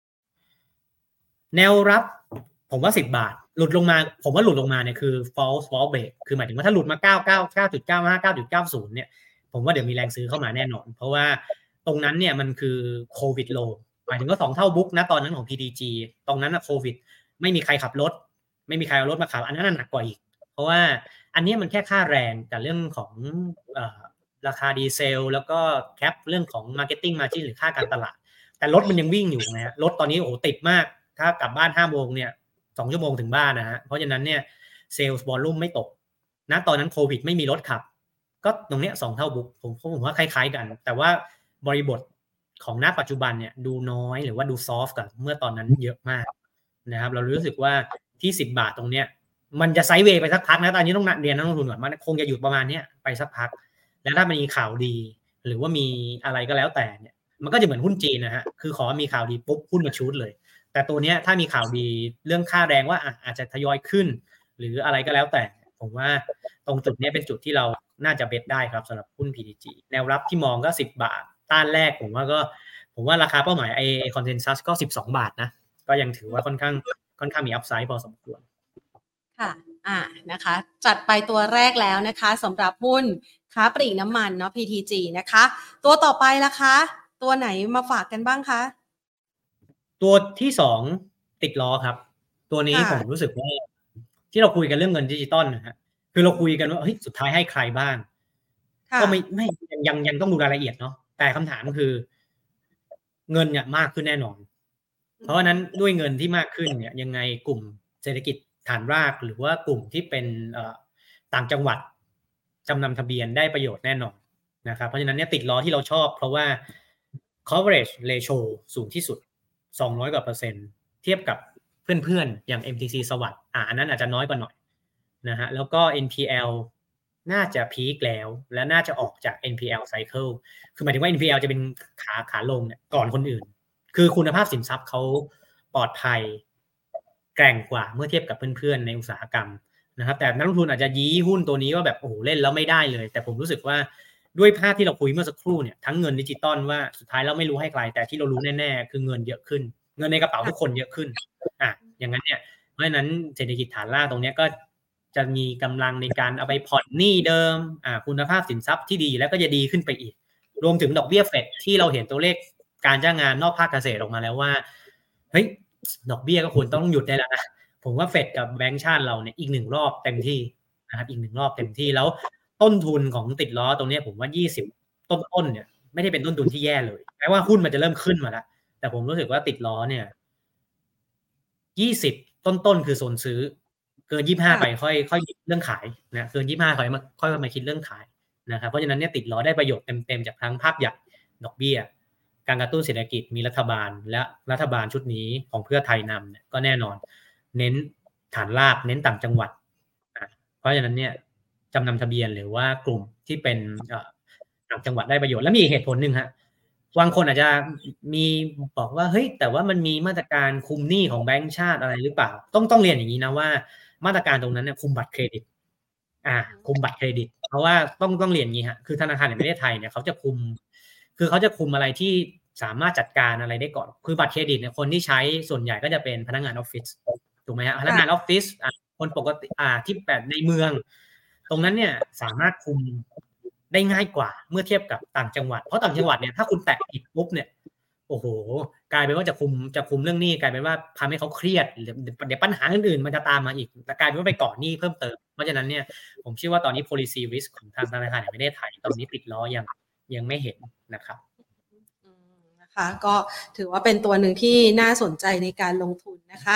แนวรับผมว่า10 บาทหลุดลงมาผมว่าหลุดลงมาเนี่ยคือ false break คือหมายถึงว่าถ้าหลุดมา 9.95 9.90 เนี่ยผมว่าเดี๋ยวมีแรงซื้อเข้ามาแน่นอนเพราะว่าตรงนั้นเนี่ยมันคือโควิดโลหมายถึงว่า2 เท่าบุ๊กนะตอนนั้นของ PTG ตรงนั้นนะโควิดไม่มีใครขับรถไม่มีใครเอารถมาขับอันนั้นหนักกว่าอีกเพราะว่าอันนี้มันแค่ค่าแรงกับเรื่องของราคาดีเซลแล้วก็แคปเรื่องของ marketing margin หรือค่าการตลาดแต่รถมันยังวิ่งอยู่นะฮะรถตอนนี้โอ้โหติดมากถ้ากลับบ้าน5 โมงเนี่ย2 ชั่วโมงถึงบ้านนะฮะเพราะฉะนั้นเนี่ยเซลส์วอลลุ่มไม่ตกณตอนนั้นโควิดไม่มีรถขับก็ตรงเนี้ย2 เท่าบุ๊กผมว่าคล้ายๆกันแต่ว่าบริบทของณปัจจุบันเนี่ยดูน้อยหรือว่าดูซอฟต์กับเมื่อตอนนั้นเยอะมากนะครับเรารู้สึกว่าที่10 บาทตรงเนี้ยมันจะไซด์เวย์ไปสักพักนะตอนนี้ต้องเรียนนักลงทุนก่อนมันคงจะหยุดประมาณนี้ไปสักพักแล้วถ้ามันมีข่าวดีหรือว่ามีอะไรก็แล้วแต่เนี่ยมันก็จะเหมือนหุ้นจีนนะฮะคือขอมีข่าวดีปุ๊บหุ้นมาชูดเลยแต่ตัวนี้ถ้ามีข่าวดีเรื่องค่าแรงว่าอาจจะทยอยขึ้นหรืออะไรก็แล้วแต่ผมว่าตรงจุดนี้เป็นจุดที่เราน่าจะเบสได้ครับสำหรับหุ้น PTG แนวรับที่มองก็10 บาทต้านแรกผมว่าราคาเป้าหมายคอนเซนแซสก็12 บาทนะก็ยังถือว่าค่อนข้างมีอัพไซด์พอสมควรค่ะนะคะจัดไปตัวแรกแล้วนะคะสำหรับหุ้นค้าปลีกน้ำมันเนาะ PTG นะคะตัวต่อไปล่ะคะตัวไหนมาฝากกันบ้างคะตัวที่2ติดล้อครับตัวนี้ผมรู้สึกว่าที่เราคุยกันเรื่องเงินดิจิตอลนะฮะคือเราคุยกันว่าเฮ้ยสุดท้ายให้ใครบ้างก็ไม่ยังต้องดูรายละเอียดเนาะแต่คำถามคือเงินเนี่ยมากขึ้นแน่นอนเพราะฉะนั้นด้วยเงินที่มากขึ้นเนี่ยยังไงกลุ่มเศรษฐกิจฐานรากหรือว่ากลุ่มที่เป็นต่างจังหวัดจำนำทะเบียนได้ประโยชน์แน่นอนนะครับเพราะฉะนั้นเนี่ยติดล้อที่เราชอบเพราะว่า coverage ratio สูงที่สุด200 กว่า%เทียบกับเพื่อนๆอย่าง MTC สวัสดิ์อันนั้นอาจจะน้อยกว่าหน่อยนะฮะแล้วก็ NPL น่าจะพีคแล้วและน่าจะออกจาก NPL cycle คือหมายถึงว่า NPL จะเป็นขาลงเนี่ยก่อนคนอื่นคือคุณภาพสินทรัพย์เขาปลอดภัยแกร่งกว่าเมื่อเทียบกับเพื่อนๆในอุตสาหกรรมนะครับแต่นักลงทุนอาจจะยี้หุ้นตัวนี้ว่าแบบโอ้โหเล่นแล้วไม่ได้เลยแต่ผมรู้สึกว่าด้วยภาพที่เราคุยเมื่อสักครู่เนี่ยทั้งเงินดิจิตอลว่าสุดท้ายเราไม่รู้ให้ใครแต่ที่เรารู้แน่ๆคือเงินเยอะขึ้นเงินในกระเป๋าทุกคนเยอะขึ้นอย่างนั้นเนี่ยเพราะฉะนั้นเศรษฐกิจฐานรากตรงนี้ก็จะมีกำลังในการเอาไปผ่อนหนี้เดิมคุณภาพสินทรัพย์ที่ดีแล้วก็จะดีขึ้นไปอีกรวมถึงดอกเบี้ยเฟดที่เราเห็นตัวเลขการจ้างงานนอกภาคเกษตรออกมาแล้วว่าเฮ้ยดอกเบี้ยก็ควรต้องหยุดได้แล้วนะผมว่าเฟดกับแบงก์ชาติเราเนี่ยอีก1 รอบเต็มที่นะครับอีก1 รอบเต็มที่แล้วต้นทุนของติดล้อตรงนี้ผมว่า20ต้นเนี่ยไม่ได้เป็นต้นทุนที่แย่เลยแม้ว่าหุ้นมันจะเริ่มขึ้นมาแล้วแต่ผมรู้สึกว่าติดล้อเนี่ย20ต้นคือโซนซื้อเกิน25ไปค่อยเรื่องขายนะเกิน25ค่อยมาคิดเรื่องขายนะครับเพราะฉะนั้นเนี่ยติดล้อได้ประโยชน์เต็มๆจากทั้งภาพใหญ่ดอกเบี้ยการกระตุ้นเศรษฐกิจมีรัฐบาลและรัฐบาลชุดนี้ของเพื่อไทยนำเนี่ยก็แน่นอนเน้นฐานรากเน้นต่างจังหวัดเพราะฉะนั้นเนี่ยจำนำทะเบียนหรือว่ากลุ่มที่เป็นต่างจังหวัดได้ประโยชน์และมีเหตุผลหนึ่งฮะบางคนอาจจะมีบอกว่าเฮ้ยแต่ว่ามันมีมาตรการคุมหนี้ของแบงก์ชาติอะไรหรือเปล่าต้องเรียนอย่างนี้นะว่ามาตรการตรงนั้นเนี่ยคุมบัตรเครดิตคุมบัตรเครดิตเพราะว่าต้องเรียนอย่างนี้ฮะคือธนาคารแห่งประเทศไทยเนี่ยเขาจะคุมอะไรที่สามารถจัดการอะไรได้ก่อนคือบัตรเครดิตเนี่ยคนที่ใช้ส่วนใหญ่ก็จะเป็นพนักงานออฟฟิศถูกไหมฮะพนักงานออฟฟิศคนปกติที่แบบในเมืองตรงนั้นเนี่ยสามารถคุมได้ง่ายกว่าเมื่อเทียบกับต่างจังหวัดเพราะต่างจังหวัดเนี่ยถ้าคุณแตะผิดปุ๊บเนี่ยโอ้โหกลายเป็นว่าจะคุมเรื่องหนี้กลายเป็นว่าทำให้เขาเครียดเดี๋ยวปัญหาอื่นๆมันจะตามมาอีกแต่กลายเป็นว่าไปก่อหนี้เพิ่มเติมเพราะฉะนั้นเนี่ยผมเชื่อว่าตอนนี้ policy risk ของทางธนาคารแห่งประเทศไทยตอนนี้ติดล้อยังไม่เห็นนะครับนะคะก็ถือว่าเป็นตัวหนึ่งที่น่าสนใจในการลงทุนนะคะ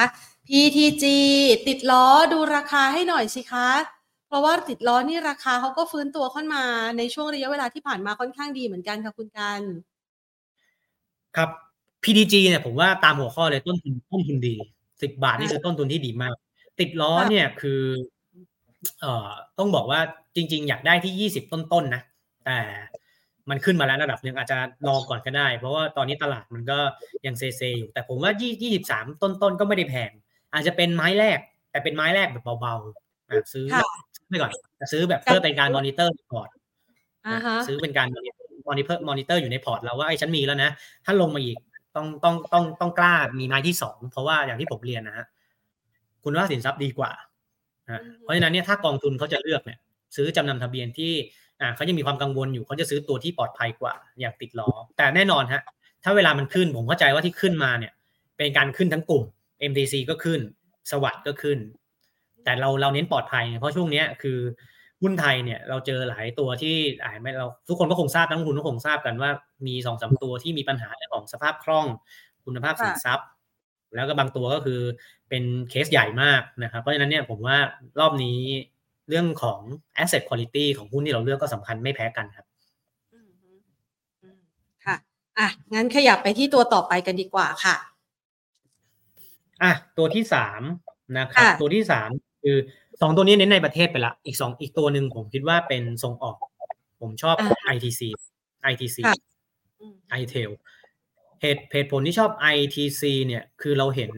PTG ติดล้อดูราคาให้หน่อยสิคะเพราะว่าติดล้อนี่ราคาเขาก็ฟื้นตัวขึ้นมาในช่วงระยะเวลาที่ผ่านมาค่อนข้างดีเหมือนกันค่ะคุณกันครับ PTG เนี่ยผมว่าตามหัวข้อเลยต้นทุนดี10 บาทนี่คือต้นทุนที่ดีมากติดล้อเนี่ยคือต้องบอกว่าจริงๆอยากได้ที่20ต้นๆนะแต่มันขึ้นมาแล้วระดับหนึ่งอาจจะรอก่อนก็ได้เพราะว่าตอนนี้ตลาดมันก็ยังเซอยู่แต่ผมว่า23ต้นๆก็ไม่ได้แพงอาจจะเป็นไม้แรกแต่เป็นไม้แรกแบบเบาๆซื้อไปก่อนซื้อแบบเพื่อเป็นการมอนิเตอร์พอร์ตซื้อเป็นการมอนิเตอร์อยู่ในพอร์ตเราว่าไอ้ฉันมีแล้วนะถ้าลงมาอีกต้องกล้ามีไม้ที่2เพราะว่าอย่างที่ผมเรียนนะฮะคุณว่าสินทรัพย์ดีกว่าเพราะฉะนั้นเนี่ยถ้ากองทุนเขาจะเลือกเนี่ยซื้อจำนำทะเบียนที่เขาจะมีความกังวลอยู่เขาจะซื้อตัวที่ปลอดภัยกว่าอย่างติดล้อแต่แน่นอนฮะถ้าเวลามันขึ้นผมเข้าใจว่าที่ขึ้นมาเนี่ยเป็นการขึ้นทั้งกลุ่ม MTC ก็ขึ้นสวัสด์ก็ขึ้นแต่เราเน้นปลอดภัยเพราะช่วงนี้คือหุ้นไทยเนี่ยเราเจอหลายตัวที่เราทุกคนก็คงทราบนักลงทุนก็คงทราบกันว่ามี 2-3 ตัวที่มีปัญหาเรื่องของสภาพคล่องคุณภาพสินทรัพย์แล้วก็บางตัวก็คือเป็นเคสใหญ่มากนะครับเพราะฉะนั้นเนี่ยผมว่ารอบนี้เรื่องของ asset quality ของหุ้นที่เราเลือกก็สำคัญไม่แพ้กันครับค่ะงั้นขยับไปที่ตัวต่อไปกันดีกว่าค่ะตัวที่3นะครับตัวที่3คือ2ตัวนี้เน้นในประเทศไปละอีกตัวหนึ่งผมคิดว่าเป็นส่งออกผมชอบ ITC iTail เหตุผลที่ชอบ ITC เนี่ยคือเราเห็น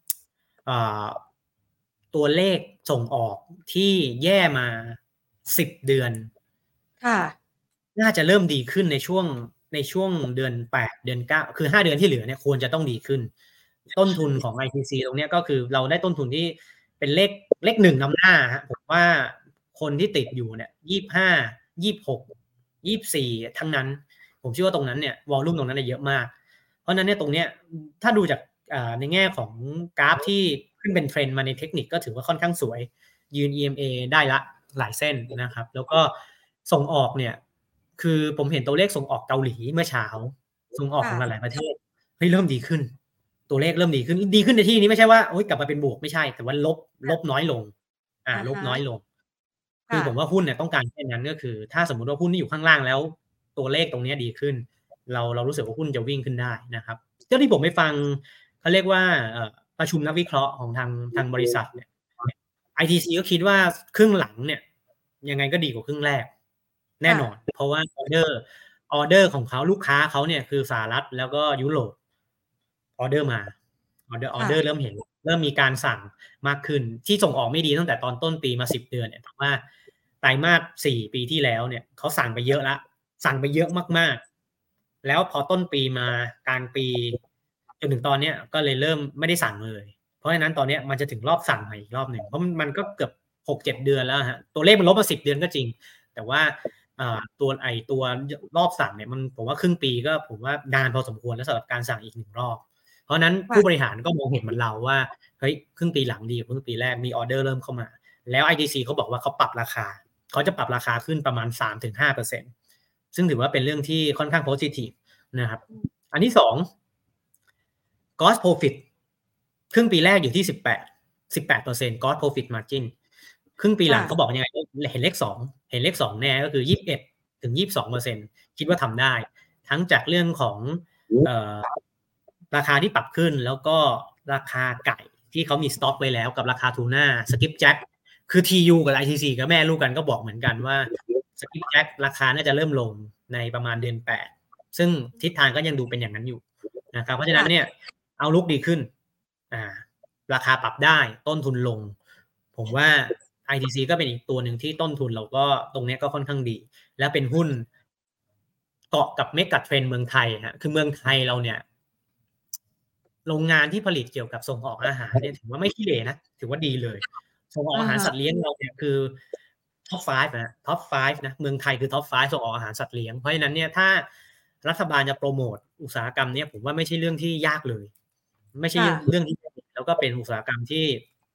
ตัวเลขส่งออกที่แย่มา10 เดือนน่าจะเริ่มดีขึ้นในช่วงเดือน8เดือน9คือ5เดือนที่เหลือเนี่ยควรจะต้องดีขึ้นต้นทุนของ ITC ตรงนี้ก็คือเราได้ต้นทุนที่เป็นเลข1นำหน้าฮะผมว่าคนที่ติดอยู่เนี่ย25 26 24ทั้งนั้นผมเชื่อว่าตรงนั้นเนี่ยวอลลุ่มตรงนั้นเยอะมากเพราะนั้นเนี่ยตรงเนี้ยถ้าดูจากในแง่ของกราฟที่ขึ้นเป็นเทรนด์มาในเทคนิคก็ถือว่าค่อนข้างสวยยืน EMA ได้ละหลายเส้นนะครับแล้วก็ส่งออกเนี่ยคือผมเห็นตัวเลขส่งออกเกาหลีเมื่อเช้าส่งออกของหลายประเทศเริ่มดีขึ้นตัวเลขเริ่มดีขึ้นในที่นี้ไม่ใช่ว่ากลับมาเป็นบวกไม่ใช่แต่ว่าลบน้อยลงลบน้อยลงคือผมว่าหุ้นเนี่ยต้องการแค่นั้นก็คือถ้าสมมุติว่าหุ้นที่อยู่ข้างล่างแล้วตัวเลขตรงนี้ดีขึ้นเรารู้สึกว่าหุ้นจะวิ่งขึ้นได้นะครับเจ้าที่ผมไปฟังเขาเรียกว่าประชุมนักวิเคราะห์ของทางบริษัทเนี่ย ITC ก็คิดว่าครึ่งหลังเนี่ยยังไงก็ดีกว่าครึ่งแรกแน่นอนเพราะว่าออเดอร์ของเขาลูกค้าเขาเนี่ยคือสหรัฐแล้วก็ยุโรปออเดอร์เริ่มมีการสั่งมากขึ้นที่ส่งออกไม่ดีตั้งแต่ตอนต้นปีมา10 เดือนเนี่ยเพราะว่าไตรมาส4ปีที่แล้วเนี่ยเขาสั่งไปเยอะละสั่งไปเยอะมากๆแล้วพอต้นปีมากลางปีจนถึงตอนนี้ก็เลยเริ่มไม่ได้สั่งเลยเพราะฉะนั้นตอนนี้มันจะถึงรอบสั่งใหม่อีกรอบหนึ่งเพราะมันก็เกือบ 6-7 เดือนแล้วฮะตัวเลขมันลบมา10 เดือนก็จริงแต่ว่าตัวรอบสั่งเนี่ยมันผมว่าครึ่งปีก็ผมว่านานพอสมควรแล้วสำหรับการสั่งอีก1 รอบเพราะนั้นผู้บริหารก็มองเห็นเหมือนเราว่าเฮ้ยครึ่งปีหลังดีกว่าครึ่งปีแรกมีออเดอร์เริ่มเข้ามาแล้ว ITC เขาบอกว่าเขาจะปรับราคาขึ้นประมาณ 3-5% ซึ่งถือว่าเป็นเรื่องที่ค่อนข้าง positive นะครับอันที่2 gross profit ครึ่งปีแรกอยู่ที่18% gross profit margin ครึ่งปีหลังเขาค่ะบอกยังไงเห็นเลข2เห็นเลข2แน่ก็คือ21-22%คิดว่าทำได้ทั้งจากเรื่องของราคาที่ปรับขึ้นแล้วก็ราคาไก่ที่เขามีสต็อกไว้แล้วกับราคาทูน่าสกิปแจ็คคือ TU กับ ITC กับแม่ลูกกันก็บอกเหมือนกันว่าสกิปแจ็คราคาน่าจะเริ่มลงในประมาณเดือน8ซึ่งทิศทางก็ยังดูเป็นอย่างนั้นอยู่นะครับเพราะฉะนั้นเนี่ยเอาลุกดีขึ้นราคาปรับได้ต้นทุนลงผมว่า ITC ก็เป็นอีกตัวหนึ่งที่ต้นทุนเราก็ตรงนี้ก็ค่อนข้างดีแล้วเป็นหุ้นเกาะกับเมกะเทรนด์เมืองไทยฮะคือเมืองไทยเราเนี่ยโรงงานที่ผลิตเกี่ยวกับส่งออกอาหารเนี่ยถือว่าไม่ขี้เหร่นะถือว่าดีเลยส่งออกอาหารสัตว์เลี้ยงเราเนี่ยคือท็อป5นะท็อป5นะเมืองไทยคือท็อป5ส่งออกอาหารสัตว์เลี้ยงเพราะฉะนั้นเนี่ยถ้ารัฐบาลจะโปรโมทอุตสาหกรรมเนี่ยผมว่าไม่ใช่เรื่องที่ยากเลยไม่ใช่เรื่องที่แล้วก็เป็นอุตสาหกรรมที่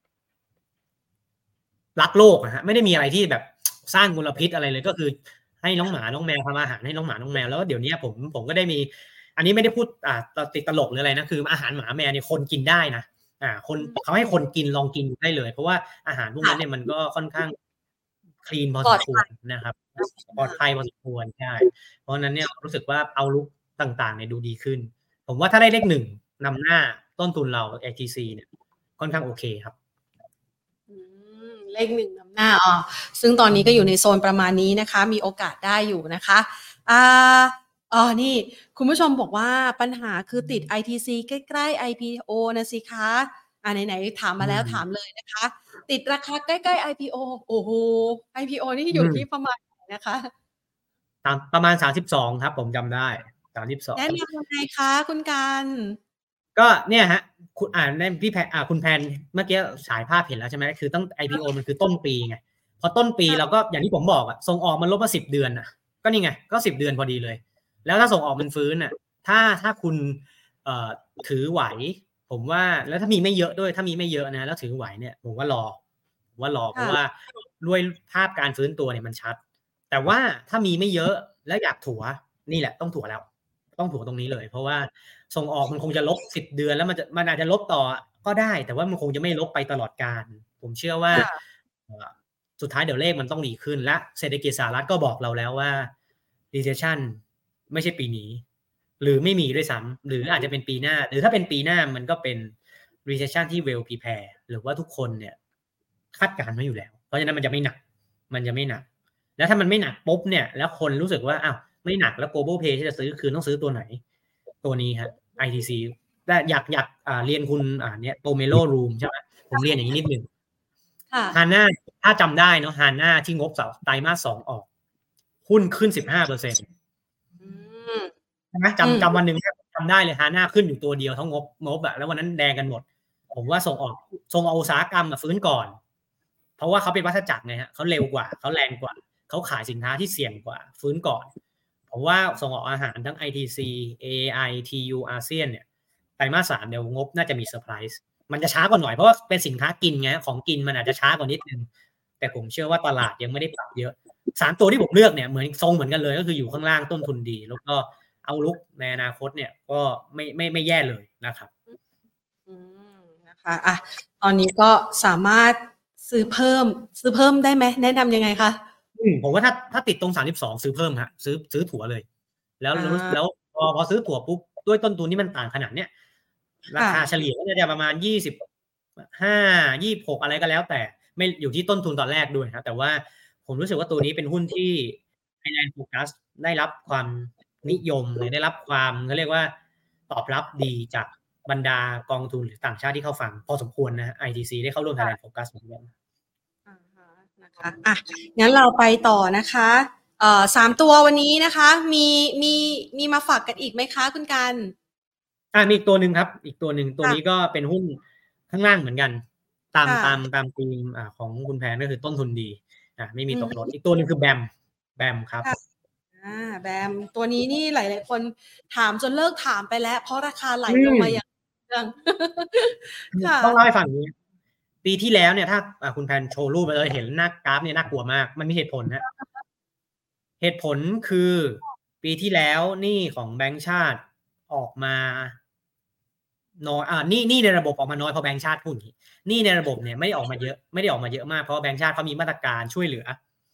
รักโลกนะฮะไม่ได้มีอะไรที่แบบสร้างมลพิษอะไรเลยก็คือให้น้องหมาน้องแมวทำอาหารให้น้องหมาน้องแมวแล้วเดี๋ยวนี้ผมก็ได้มีอันนี้ไม่ได้พูดติดตลกหรืออะไรนะคืออาหารหมาแมวเนี่ยคนกินได้นะคนเขาให้คนกินลองกินได้เลยเพราะว่าอาหารพวกนั้นเนี่ยมันก็ค่อนข้างคลีนพอสมควรนะครับปลอดภัยพอสมควรใช่เพราะนั้นเนี่ยรู้สึกว่าเอาลุกต่างๆเนี่ยดูดีขึ้นผมว่าถ้าได้เลข1นำหน้าต้นทุนเรา ATC เนี่ยค่อนข้างโอเคครับเลข1นำหน้าซึ่งตอนนี้ก็อยู่ในโซนประมาณนี้นะคะมีโอกาสได้อยู่นะคะนี่คุณผู้ชมบอกว่าปัญหาคือติด ITC ใกล้ๆ IPO นะสิคะไหนๆถามมาแล้วถามเลยนะคะติดราคาใกล้ๆ IPO โอ้โห IPO นี่อยู่ที่ประมาณไหนนะคะประมาณ32ครับผมจำได้32 แนะนำยังไงคะคุณกันก็เนี่ยฮะคุณในพี่แพนคุณแพนเมื่อกี้ฉายภาพเห็นแล้วใช่ไหมคือต้อง IPO มันคือต้นปีไงพอต้นปีเราก็อย่างที่ผมบอกส่งออกมันลบมา10 เดือนก็นี่ไงก็10 เดือนพอดีเลยแล้วถ้าส่งออกมันฟื้นถ้าคุณถือไหวผมว่าแล้วถ้ามีไม่เยอะด้วยถ้ามีไม่เยอะนะแล้วถือไหวเนี่ยผมว่ารอเพราะว่าด้วยภาพการฟื้นตัวเนี่ยมันชัดแต่ว่าถ้ามีไม่เยอะแล้วอยากถัวนี่แหละต้องถัวแล้วต้องถัวตรงนี้เลยเพราะว่าส่งออกมันคงจะลบ10 เดือนแล้วมันอาจจะลบต่อก็ได้แต่ว่ามันคงจะไม่ลบไปตลอดกาลผมเชื่อว่าสุดท้ายเดี๋ยวเลขมันต้องดีขึ้นและเศรษฐกิจสหรัฐก็บอกเราแล้วว่า recession ไม่ใช่ปีนี้หรือไม่มีด้วยซ้ำหรืออาจจะเป็นปีหน้าหรือถ้าเป็นปีหน้ามันก็เป็น recession ที่ well prepare หรือว่าทุกคนเนี่ยคาดการณ์ไว้อยู่แล้วเพราะฉะนั้นมันจะไม่หนักแล้วถ้ามันไม่หนักปุ๊บเนี่ยแล้วคนรู้สึกว่าอ้าวไม่หนักแล้ว global play ที่จะซื้อคืนต้องซื้อตัวไหนตัวนี้ฮะ ITC แต่อยากเรียนคุณเนี่ยโปเมโลรูมใช่ไหมผมเรียนอย่างนี้นิดนึงฮาน่าถ้าจำได้เนาะฮาน่าที่งบไตรมาส2ออกหุ้นขึ้น 15%ใช่ไหมจำวันหนึ่งจำได้เลยฮาน่าขึ้นอยู่ตัวเดียวทั้งงบแล้ววันนั้นแดงกันหมดผมว่าส่งออกอุตสาหกรรมฟื้นก่อนเพราะว่าเขาเป็นวัฏจักรไงฮะเขาเร็วกว่าเขาแรงกว่าเขาขายสินค้าที่เสี่ยงกว่าฟื้นก่อนผมว่าส่งออกอาหารทั้ง ITC AI TU อาเซียนเนี่ยไตรมาส3เดี๋ยวงบน่าจะมีเซอร์ไพรส์มันจะช้ากว่าหน่อยเพราะว่าเป็นสินค้ากินไงของกินมันอาจจะช้ากว่านิดนึงแต่ผมเชื่อว่าตลาดยังไม่ได้ปรับเยอะ3ตัวที่ผมเลือกเนี่ยเหมือนกันเลยก็คืออยู่ข้างล่างต้นทุนดีแล้วก็เอาลุกในอนาคตเนี่ยก็ไม่แย่เลยนะครับนะคะตอนนี้ก็สามารถซื้อเพิ่มได้ไหมแนะนำยังไงคะผมว่าถ้าติดตรง32ซื้อเพิ่มฮะซื้อถั่วเลยแล้วพอซื้อถั่วปุ๊บด้วยต้นทุนที่มันต่างขนาดเนี้ยราคาเฉลี่ยก็จะประมาณ25-26อะไรก็แล้วแต่ไม่อยู่ที่ต้นทุนตอนแรกด้วยครับแต่ว่าผมรู้สึกว่าตัวนี้เป็นหุ้นที่ Thailand Focus ได้รับความนิยมหรือได้รับความเขาเรียกว่าตอบรับดีจากบรรดากองทุนหรือต่างชาติที่เข้าฟังพอสมควรนะ ITC ได้เข้าร่วม Thailand Focus เหมือนกันนะคะงั้นเราไปต่อนะคะ3ตัววันนี้นะคะมีมาฝากกันอีกไหมคะคุณกันมีอีกตัวหนึ่งครับอีกตัวหนึ่งตัวนี้ก็เป็นหุ้นข้างล่างเหมือนกันตามธีมของคุณแพนก็คือต้นทุนดีไม่มีตกรถอีกตัวหนึ่งคือแบมครับแบมตัวนี้นี่หลายๆคนถามจนเลิกถามไปแล้วเพราะราคาไหลลงมาอย่างต้องเล่าให้ฟังอย่างนี้ปีที่แล้วเนี่ยถ้าคุณแพนโชว์รูปไปเลยเห็นหน้ากราฟเนี่ยน่ากลัวมากมันมีเหตุผลนะเหตุผลคือปีที่แล้วหนี้ของแบงก์ชาติออกมาน้อยนี่ในระบบออกมาน้อยเพราะแบงก์ชาติพูดอย่างนี้นี่ในระบบเนี่ยไม่ได้ออกมาเยอะมากเพราะแบงก์ชาติเขามีมาตรการช่วยเหลือ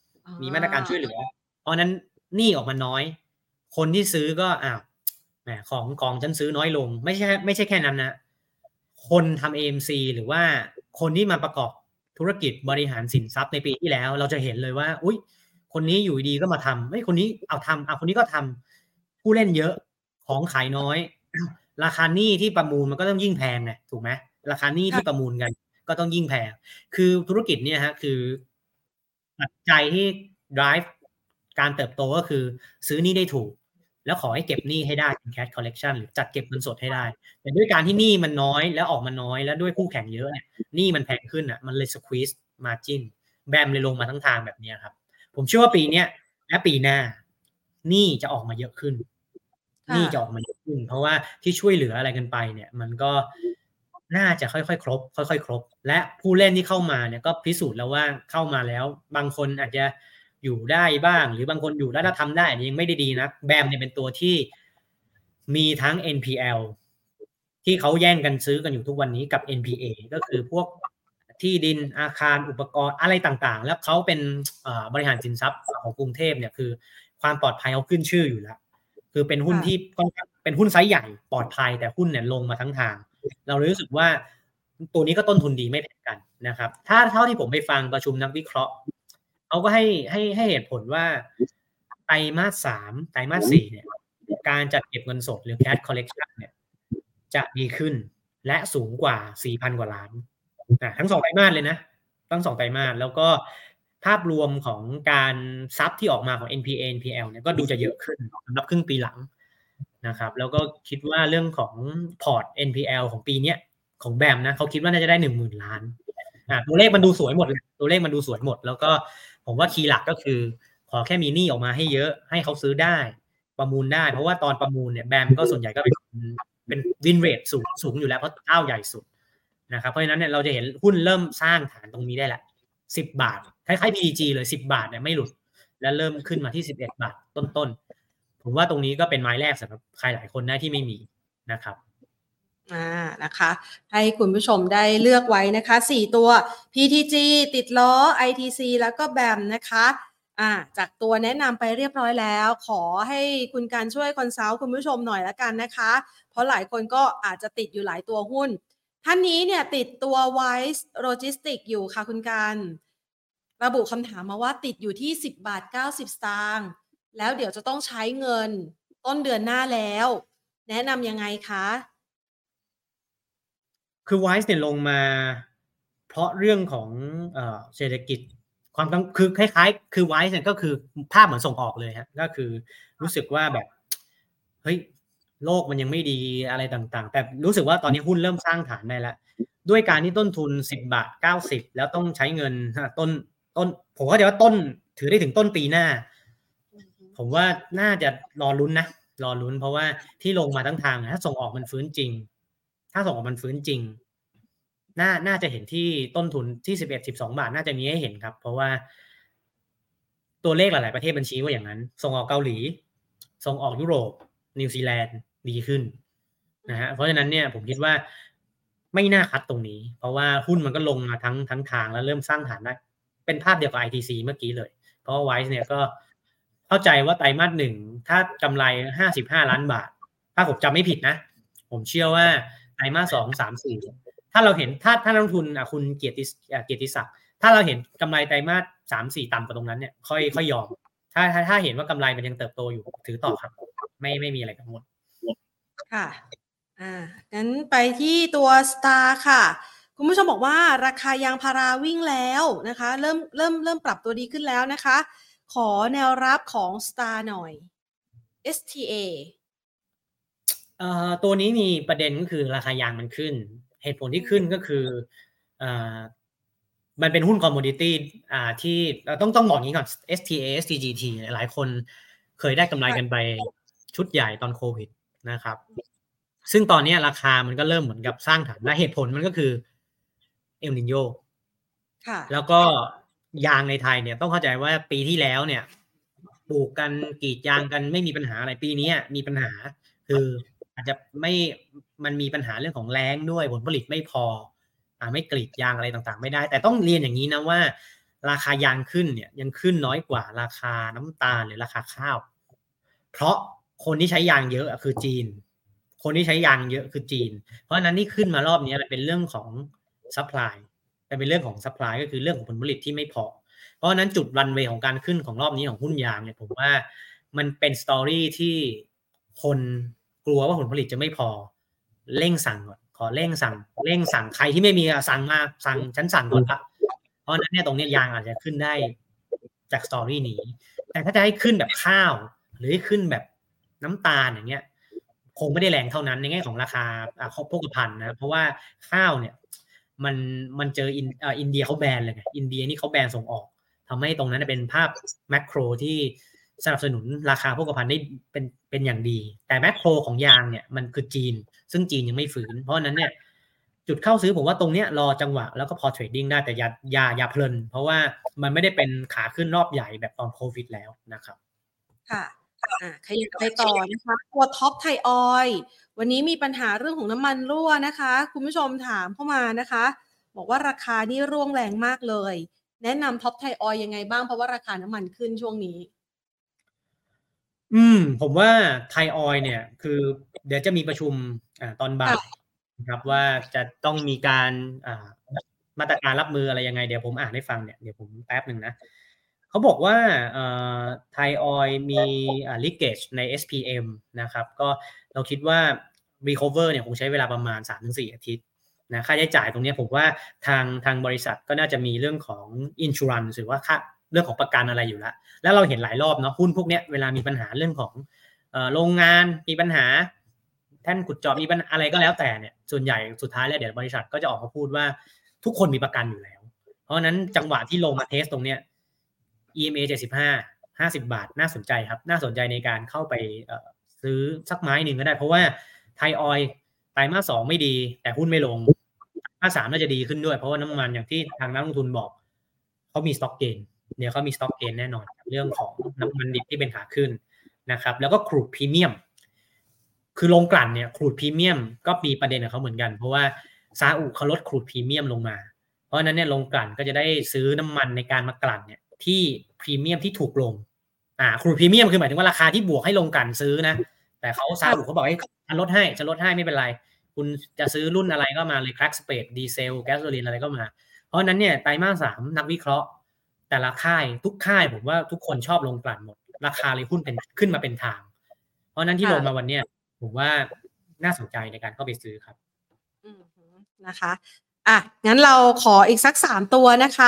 เพราะนั้นนี่ออกมาน้อยคนที่ซื้อก็แหมของฉันซื้อน้อยลงไม่ใช่แค่นั้นนะคนทำ AMC หรือว่าคนที่มาประกอบธุรกิจบริหารสินทรัพย์ในปีที่แล้วเราจะเห็นเลยว่าอุ๊ยคนนี้อยู่ดีก็มาทำคนนี้คนนี้ก็ทำผู้เล่นเยอะของขายน้อยราคาหนี้ที่ประมูลมันก็ต้องยิ่งแพงไงถูกไหมราคาหนี้ที่ประมูลกันก็ต้องยิ่งแพงคือธุรกิจเนี่ยฮะคือปัจจัยที่ drive การเติบโตก็คือซื้อหนี้ได้ถูกแล้วขอให้เก็บหนี้ให้ได้เป็น cash collection หรือจัดเก็บเงินสดให้ได้แต่ด้วยการที่หนี้มันน้อยแล้วออกมาน้อยแล้วด้วยคู่แข่งเยอะเนี่ยหนี้มันแพงขึ้นมันเลย squeeze margin แบมเลยลงมาทั้งทางแบบนี้ครับผมเชื่อว่าปีนี้และปีหน้าหนี้จะออกมาเยอะขึ้นเพราะว่าที่ช่วยเหลืออะไรกันไปเนี่ยมันก็น่าจะค่อยๆครบและผู้เล่นที่เข้ามาเนี่ยก็พิสูจน์แล้วว่าเข้ามาแล้วบางคนอาจจะอยู่ได้บ้างหรือบางคนอยู่แล้วถ้าทำได้อันนี้ยังไม่ได้ดีนะแบมเนี่ยเป็นตัวที่มีทั้ง NPL ที่เขาแย่งกันซื้อกันอยู่ทุกวันนี้กับ NPA ก็คือพวกที่ดินอาคารอุปกรณ์อะไรต่างๆแล้วเขาเป็นบริหารสินทรัพย์ของกรุงเทพเนี่ยคือความปลอดภัยเขาขึ้นชื่ออยู่แล้วคือเป็นหุ้นที่เป็นหุ้นไซส์ใหญ่ปลอดภัยแต่หุ้นเนี่ยลงมาทั้งทางเรารู้สึกว่าตัวนี้ก็ต้นทุนดีไม่แพ้กันนะครับถ้าเท่าที่ผมไปฟังประชุมนักวิเคราะห์เขาก็ให้เหตุผลว่าไตรมาส 3ไตรมาส 4เนี่ยการจัดเก็บเงินสดหรือ cash collection เนี่ยจะดีขึ้นและสูงกว่า 4,000 กว่าล้านทั้ง2ไตรมาสเลยนะทั้ง2ไตรมาสแล้วก็ภาพรวมของการซับที่ออกมาของ NPA NPL เนี่ยก็ดูจะเยอะขึ้นสำหรับครึ่งปีหลังนะครับแล้วก็คิดว่าเรื่องของพอร์ต NPL ของปีนี้ของแบมนะเขาคิดว่าน่าจะได้ 10,000 ล้านตัวเลขมันดูสวยหมดแล้วก็ผมว่าคีย์หลักก็คือขอแค่มีหนี้ออกมาให้เยอะให้เขาซื้อได้ประมูลได้เพราะว่าตอนประมูลเนี่ยแบมก็ส่วนใหญ่ก็เป็นวินเรทสูงอยู่แล้วเพราะเจ้าใหญ่สุดนะครับเพราะฉะนั้นเนี่ยเราจะเห็นหุ้นเริ่มสร้างฐานตรงนี้ได้แหละ10 บาทคล้ายๆ PEG เลย10 บาทเนี่ยไม่หลุดและเริ่มขึ้นมาที่11 บาทต้นๆผมว่าตรงนี้ก็เป็นไม้แรกสำหรับใครหลายคนนะที่ไม่มีนะครับนะคะให้คุณผู้ชมได้เลือกไว้นะคะ4ตัว PTG ติดล้อ ITC แล้วก็แบมนะคะจากตัวแนะนำไปเรียบร้อยแล้วขอให้คุณการช่วยคอนซัลท์คุณผู้ชมหน่อยละกันนะคะเพราะหลายคนก็อาจจะติดอยู่หลายตัวหุ้นท่านนี้เนี่ยติดตัว Wise Logistics อยู่ค่ะคุณการระบุคำถามมาว่าติดอยู่ที่10.90 บาทแล้วเดี๋ยวจะต้องใช้เงินต้นเดือนหน้าแล้วแนะนำยังไงคะคือ Wise เนี่ยลงมาเพราะเรื่องของเศรษฐกิจความต้องคือคล้ายๆคือ Wise เนี่ยก็คือภาพเหมือนส่งออกเลยฮะก็คือรู้สึกว่าแบบเฮ้ยโลกมันยังไม่ดีอะไรต่างๆแต่รู้สึกว่าตอนนี้หุ้นเริ่มสร้างฐานได้แล้วด้วยการที่ต้นทุน10.90 บาทแล้วต้องใช้เงินต้นผมก็จะว่าต้นถือได้ถึงต้นปีหน้าผมว่าน่าจะรอลุ้นเพราะว่าที่ลงมาทั้งทางถ้าส่งออกมันฟื้นจริงน่าจะเห็นที่ต้นทุนที่11-12 บาทน่าจะมีให้เห็นครับเพราะว่าตัวเลขหลายๆประเทศบัญชีว่าอย่างนั้นส่งออกเกาหลีส่งออกยุโรปนิวซีแลนด์ดีขึ้นนะฮะเพราะฉะนั้นเนี่ยผมคิดว่าไม่น่าคัดตรงนี้เพราะว่าหุ้นมันก็ลงมาทั้งทางแล้วเริ่มสร้างฐานได้เป็นภาพเดียวกับ ITC เมื่อกี้เลยเพราะว่า Wise เนี่ยก็เข้าใจว่าไตรมาส 1ถ้ากำไร55 ล้านบาทถ้าผมจำไม่ผิดนะผมเชื่อว่าไตรมาส 2, 3, 4ถ้าเราเห็นถ้านักลงทุนคุณเกียรติศักดิ์ถ้าเราเห็นกำไรไตรมาส 3-4 ต่ำกว่าตรงนั้นเนี่ยค่อยยอมถ้าเห็นว่ากำไรมันยังเติบโตอยู่ถือต่อครับไม่มีอะไรกังวลค่ะงั้นไปที่ตัว Star ค่ะคุณผู้ชมบอกว่าราคายางพาราวิ่งแล้วนะคะเริ่มปรับตัวดีขึ้นแล้วนะคะขอแนวรับของ Star หน่อย STA ตัวนี้มีประเด็นก็คือราคายางมันขึ้นเหตุผลที่ขึ้นก็คือมันเป็นหุ้นคอมมูนิตี้ที่ต้องบอกงี้ก่อน STA STGT หลายคนเคยได้กำไรกันไปชุดใหญ่ตอนโควิดนะครับซึ่งตอนนี้ราคามันก็เริ่มเหมือนกับสร้างฐานและเหตุผลมันก็คือเอลนิโญแล้วก็ยางในไทยเนี่ยต้องเข้าใจว่าปีที่แล้วเนี่ยปลูกกันกรีดยางกันไม่มีปัญหาอะไรปีนี้มีปัญหาคืออาจจะไม่มันมีปัญหาเรื่องของแล้งด้วยผลผลิตไม่พอไม่กรีดยางอะไรต่างๆไม่ได้แต่ต้องเรียนอย่างนี้นะว่าราคายางขึ้นเนี่ยยังขึ้นน้อยกว่าราคาน้ำตาลหรือราคาข้าวเพราะคนที่ใช้ยางเยอะคือจีนคนที่ใช้ยางเยอะคือจีนเพราะฉะนั้นที่ขึ้นมารอบนี้มันเป็นเรื่องของซัพพลายเป็นเรื่องของซัพพลายก็คือเรื่องของผลผลิตที่ไม่พอเพราะฉะนั้นจุดรันเวย์ของการขึ้นของรอบนี้ของหุ้นยางเนี่ยผมว่ามันเป็นสตอรี่ที่คนกลัวว่าผลผลิตจะไม่พอเร่งสั่งก่อนขอเร่งสั่งใครที่ไม่มีสั่งมาสั่งฉันสั่งก่อนละเพราะฉะนั้นเนี่ยตรงนี้ยางอาจจะขึ้นได้จากสตอรี่นี้แต่ถ้าจะให้ขึ้นแบบข้าวหรือขึ้นแบบน้ำตาลอย่างเงี้ยคงไม่ได้แรงเท่านั้นในแง่ของราคาโภคภัณฑ์นะเพราะว่าข้าวเนี่ยมันเจออินเดียเขาแบนเลยไงอินเดียนี่เขาแบนส่งออกทำให้ตรงนั้นเป็นภาพแมคโครที่สนับสนุนราคาโภคภัณฑ์ได้เป็นอย่างดีแต่แมคโครของยางเนี่ยมันคือจีนซึ่งจีนยังไม่ฟื้นเพราะฉะนั้นเนี่ยจุดเข้าซื้อผมว่าตรงเนี้ยรอจังหวะแล้วก็พอเทรดดิ้งได้แต่อย่าเพลินเพราะว่ามันไม่ได้เป็นขาขึ้นรอบใหญ่แบบตอนโควิดแล้วนะครับค่ะขยับไปต่อนะคะตัวท็อปไทยออยล์วันนี้มีปัญหาเรื่องของน้ำมันรั่วนะคะคุณผู้ชมถามเข้ามานะคะบอกว่าราคานี่ร่วงแรงมากเลยแนะนำท็อปไทยออยล์ยังไงบ้างเพราะว่าราคาน้ำมันขึ้นช่วงนี้ผมว่าไทยออยล์เนี่ยคือเดี๋ยวจะมีประชุมตอนบ่ายนะครับว่าจะต้องมีการมาตรการรับมืออะไรยังไงเดี๋ยวผมอ่านให้ฟังเนี่ยเดี๋ยวผมแป๊บหนึ่งนะเขาบอกว่าไทยออยล์มีleakage ใน SPM นะครับก็เราคิดว่า recover เนี่ยคงใช้เวลาประมาณ 3-4 อาทิตย์นะค่าใช้จ่ายตรงนี้ผมว่าทางบริษัทก็น่าจะมีเรื่องของ insurance หรือว่าค่าเรื่องของประกันอะไรอยู่แล้วเราเห็นหลายรอบเนาะหุ้นพวกนี้เวลามีปัญหาเรื่องของโรงงานมีปัญหาแท่นขุดเจาะมีปัญหาอะไรก็แล้วแต่เนี่ยส่วนใหญ่สุดท้ายแล้วเดี๋ยวบริษัทก็จะออกมาพูดว่าทุกคนมีประกันอยู่แล้วเพราะฉะนั้นจังหวะที่ลงมาเทสตรงเนี้ย EMA 75 50 บาทน่าสนใจครับน่าสนใจในการเข้าไปซื้อสักไม้หนึ่งก็ได้เพราะว่าไทยออยล์ไตรมาส 2ไม่ดีแต่หุ้นไม่ลงไตรมาส 3น่าจะดีขึ้นด้วยเพราะว่าน้ำมันอย่างที่ทางนักลงทุนบอกเขามีสต็อกเกนเดี๋ยวเขามีสต็อกเกนแน่นอนเรื่องของน้ำมันดิบที่เป็นขาขึ้นนะครับแล้วก็ครูดพรีเมียมคือลงกลั่นเนี่ยครูดพรีเมียมก็มีประเด็นกับเขาเหมือนกันเพราะว่าซาอุเขาลดครูดพรีเมียมลงมาเพราะฉะนั้นเนี่ยลงกลั่นก็จะได้ซื้อน้ำมันในการมากลั่นเนี่ยที่พรีเมียมที่ถูกลงครูดพรีเมียมคือหมายถึงว่าราคาที่บวกให้ลงกลั่นซื้อนะแต่เขาซาอุเขาบอกให้ฉันลดให้ไม่เป็นไรคุณจะซื้อรุ่นอะไรก็มาเลยแคร็กสเปดดีเซลแก๊สโซลีนอะไรก็มาเพราะฉะนั้นเนี่ยไตรมาส 3นักวิเคราะห์แต่ละค่ายทุกค่ายผมว่าทุกคนชอบลงกลั่นหมดราคาเลยหุ้นเป็นขึ้นมาเป็นทางเพราะนั้นที่ลงมาวันนี้ผมว่าน่าสนใจในการเข้าไปซื้อครับนะคะงั้นเราขออีกสัก3ตัวนะคะ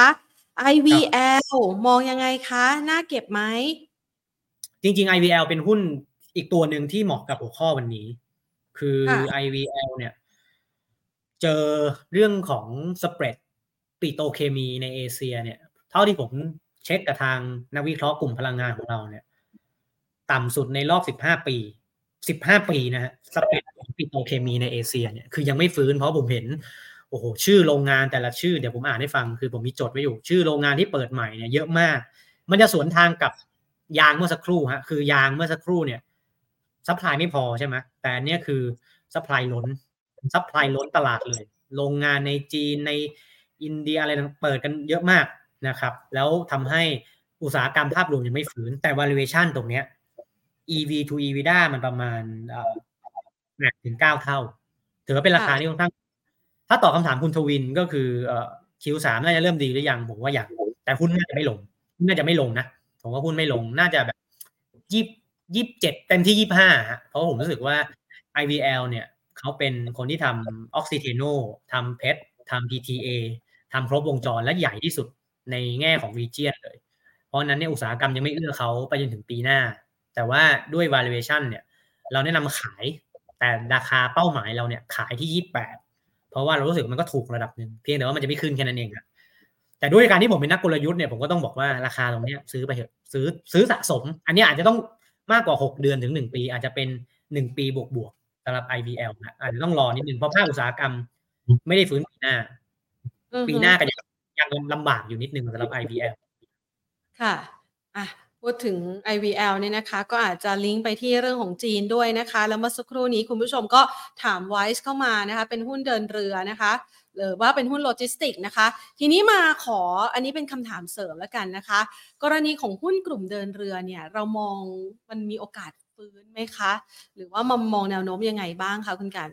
IVL มองยังไงคะน่าเก็บไหมจริงๆ IVL เป็นหุ้นอีกตัวหนึ่งที่เหมาะกับหัวข้อวันนี้คือ IVL เนี่ยเจอเรื่องของสเปรดปิโตรเคมีในเอเชียเนี่ยเท่าที่ผมเช็คกับทางนักวิเคราะห์กลุ่มพลังงานของเราเนี่ยต่ำสุดในรอบ15 ปีนะฮะสเปรดของปิโตรเคมีในเอเชียเนี่ยคือยังไม่ฟื้นเพราะผมเห็นโอ้โหชื่อโรงงานแต่ละชื่อเดี๋ยวผมอ่านให้ฟังคือผมมีจดไว้อยู่ชื่อโรงงานที่เปิดใหม่เนี่ยเยอะมากมันจะสวนทางกับยางเมื่อสักครู่ฮะคือยางเมื่อสักครู่เนี่ยซัพพลายไม่พอใช่ไหมแต่อันนี้คือซัพพลายล้นตลาดเลยโรงงานในจีนในอินเดียอะไรเปิดกันเยอะมากนะครับแล้วทำให้อุตสาหกรรมภาพรวมยังไม่ฟื้นแต่ valuation ตรงเนี้ย EV to EBITDA มันประมาณ8 ถึง 9 เท่าถือว่าเป็นราคาที่ค่อนข้างถ้าตอบคำถามคุณทวินก็คือQ3 น่าจะเริ่มดีหรือยังผมว่าอย่างแต่หุ้นน่าจะไม่ลงนะผมว่าหุ้นไม่ลงน่าจะแบบ27เต็มที่25ฮะเพราะผมรู้สึกว่า IVL เนี่ยเขาเป็นคนที่ทำออกซิเทโนทำเพชรทำ PTA ทำครบวงจรและใหญ่ที่สุดในแง่ของ region เลยเพราะนั้นเนี่ยอุตสาหกรรมยังไม่เอื้อเขาไปจนถึงปีหน้าแต่ว่าด้วย valuation เนี่ยเราแนะนำขายแต่ราคาเป้าหมายเราเนี่ยขายที่28เพราะว่าเรารู้สึกมันก็ถูกระดับนึงเพียงแต่ว่ามันจะไม่ขึ้นแค่นั้นเองครับแต่ด้วยการที่ผมเป็นนักกลยุทธ์เนี่ยผมก็ต้องบอกว่าราคาตรงนี้ซื้อไปเถอะซื้อสะสมอันนี้อาจจะต้องมากกว่า6 เดือนถึง1 ปีอาจจะเป็น1 ปีบวกสำหรับ IVL นะอาจจะต้องรอนิดนึงเพราะภาคอุตสาหกรรมไม่ได้ฟื้นปีหน้าก็ยังลำบากอยู่นิดนึงสำหรับ IVL ค่ะพูดถึง IVL เนี่ยนะคะก็อาจจะลิงก์ไปที่เรื่องของจีนด้วยนะคะแล้วเมื่อสักครู่นี้คุณผู้ชมก็ถาม Wise เข้ามานะคะเป็นหุ้นเดินเรือนะคะหรือว่าเป็นหุ้นโลจิสติกส์นะคะทีนี้มาขออันนี้เป็นคำถามเสริมแล้วกันนะคะกรณีของหุ้นกลุ่มเดินเรือเนี่ยเรามองมันมีโอกาสฟื้นไหมคะหรือว่ามองแนวโน้มยังไงบ้างคะคุณกัน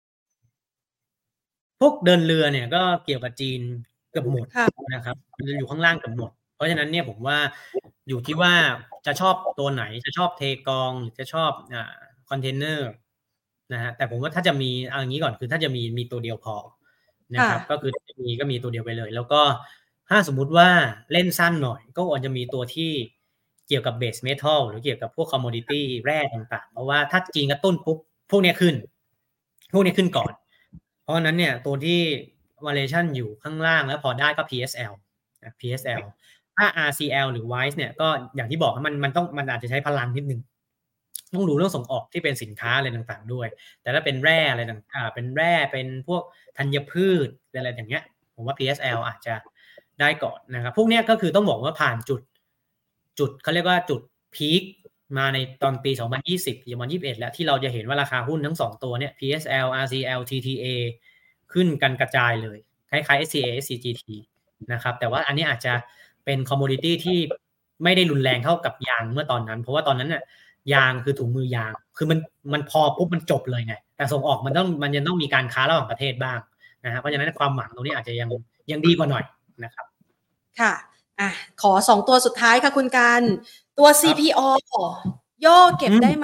พวกเดินเรือเนี่ยก็เกี่ยวกับจีนเกือบหมดค่ะนะครับอยู่ข้างล่างเกือบหมดเพราะฉะนั้นเนี่ยผมว่าอยู่ที่ว่าจะชอบตัวไหนจะชอบเทกองหรือจะชอบคอนเทนเนอร์นะฮะแต่ผมว่าถ้าจะมีเอาอย่างนี้ก่อนคือถ้าจะมีตัวเดียวพอนะครับก็คือมีตัวเดียวไปเลยแล้วก็ถ้าสมมุติว่าเล่นสั้นหน่อยก็ควรจะมีตัวที่เกี่ยวกับเบสเมทัลหรือเกี่ยวกับพวกคอมโมดิตี้แร่ต่างๆเพราะว่าถ้าจีนกระตุ้นปุ๊บพวกนี้ขึ้นก่อน เพราะฉะนั้นเนี่ยตัวที่ valuation อยู่ข้างล่างแล้วพอได้ก็ PSL PSL ถ้า RCL หรือ Wise เนี่ยก็อย่างที่บอกมันอาจจะใช้พลังนิดนึงต้องรู้เรื่องส่งออกที่เป็นสินค้าอะไรต่างๆด้วยแต่ถ้าเป็นแร่อะไรต่างเป็นแร่เป็นพวกธัญพืชอะไรอย่างเงี้ยผมว่า PSL อาจจะได้ก่อนนะครับพวกเนี้ยก็คือต้องบอกว่าผ่านจุดเขาเรียกว่าจุดพีคมาในตอนปี2020 2021แล้วที่เราจะเห็นว่าราคาหุ้นทั้ง2ตัวเนี่ย PSL RCL TTA ขึ้นกันกระจายเลยคล้ายๆ SCA SCGT นะครับแต่ว่าอันนี้อาจจะเป็นคอมโมดิตี้ที่ไม่ได้รุนแรงเท่ากับยางเมื่อตอนนั้นเพราะว่าตอนนั้นน่ะยางคือถุงมือยางคือมันพอปุ๊บมันจบเลยไงแต่ส่งออกมันยังต้องมีการค้าระหว่างประเทศบ้างนะฮะเพราะฉะนั้นความหวังตรงนี้อาจจะยังดีกว่าหน่อยนะครับค่ะขอ2ตัวสุดท้ายค่ะคุณกันตัว CPO ย่อเก็บได้ไหม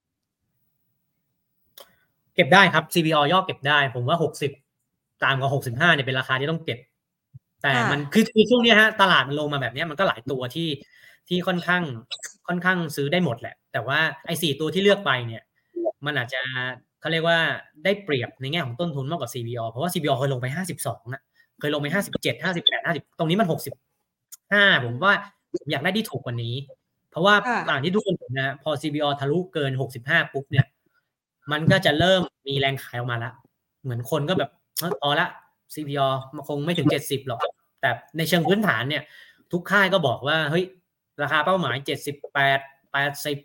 เก็บได้ครับ CPO ย่อเก็บได้ผมว่า60ต่ำกว่า65เนี่ยเป็นราคาที่ต้องเก็บแต่มันคือช่วงนี้ฮะตลาดมันลงมาแบบนี้มันก็หลายตัวที่ค่อนข้างซื้อได้หมดแหละแต่ว่าไอ้4ตัวที่เลือกไปเนี่ยมันอาจจะเขาเรียกว่าได้เปรียบในแง่ของต้นทุนมากกว่า CPO เพราะว่า CPO เคยลงไป52อ่ะเคยลงไป57 58 50ตรงนี้มัน65ผมว่าผมอยากได้ที่ถูกกว่านี้เพราะว่าที่ทุกคนเห็นนะพอ CPO ทะลุเกิน65ปุ๊บเนี่ยมันก็จะเริ่มมีแรงขายออกมาแล้วเหมือนคนก็แบบพอละ CPO มันคงไม่ถึง70หรอกแต่ในเชิงพื้นฐานเนี่ยทุกค่ายก็บอกว่าเฮ้ยราคาเป้าหมาย78 80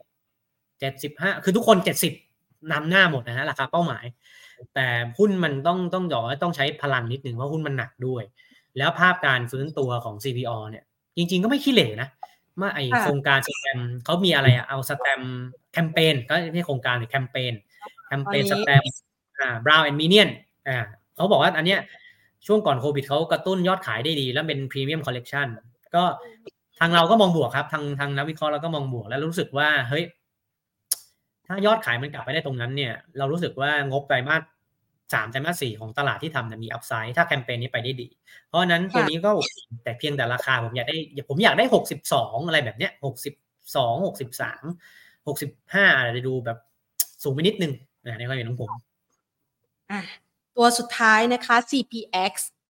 75คือทุกคน70นำหน้าหมดนะฮะราคาเป้าหมายแต่หุ้นมันต้องใช้พลังนิดนึงเพราะหุ้นมันหนักด้วยแล้วภาพการฟื้นตัวของ CPO เนี่ยจริงๆก็ไม่ขี้เหร่นะเมื่อไอโครงการสแตมเขามีอะไรเอาสแตมแคมเปญก็ไม่ใช่โครงการหรือแคมเปญสแตมBrown and Minion เขาบอกว่าอันเนี้ยช่วงก่อนโควิดเขากระตุ้นยอดขายได้ดีแล้วเป็นพรีเมียมคอลเลกชันก็ทางเราก็มองบวกครับทางนักวิเคราะห์เราก็มองบวกแล้วรู้สึกว่าเฮ้ยถ้ายอดขายมันกลับไปได้ตรงนั้นเนี่ยเรารู้สึกว่างบไตรมาส3ไตรมาส4ของตลาดที่ทำมีอัพไซด์ถ้าแคมเปญนี้ไปได้ดีเพราะนั้นตัวนี้ก็แต่เพียงแต่ราคาผมอยากได้62อะไรแบบเนี้ย62 63 65อาจจะดูแบบสูงไปนิดนึงในความเห็นของผมตัวสุดท้ายนะคะ CP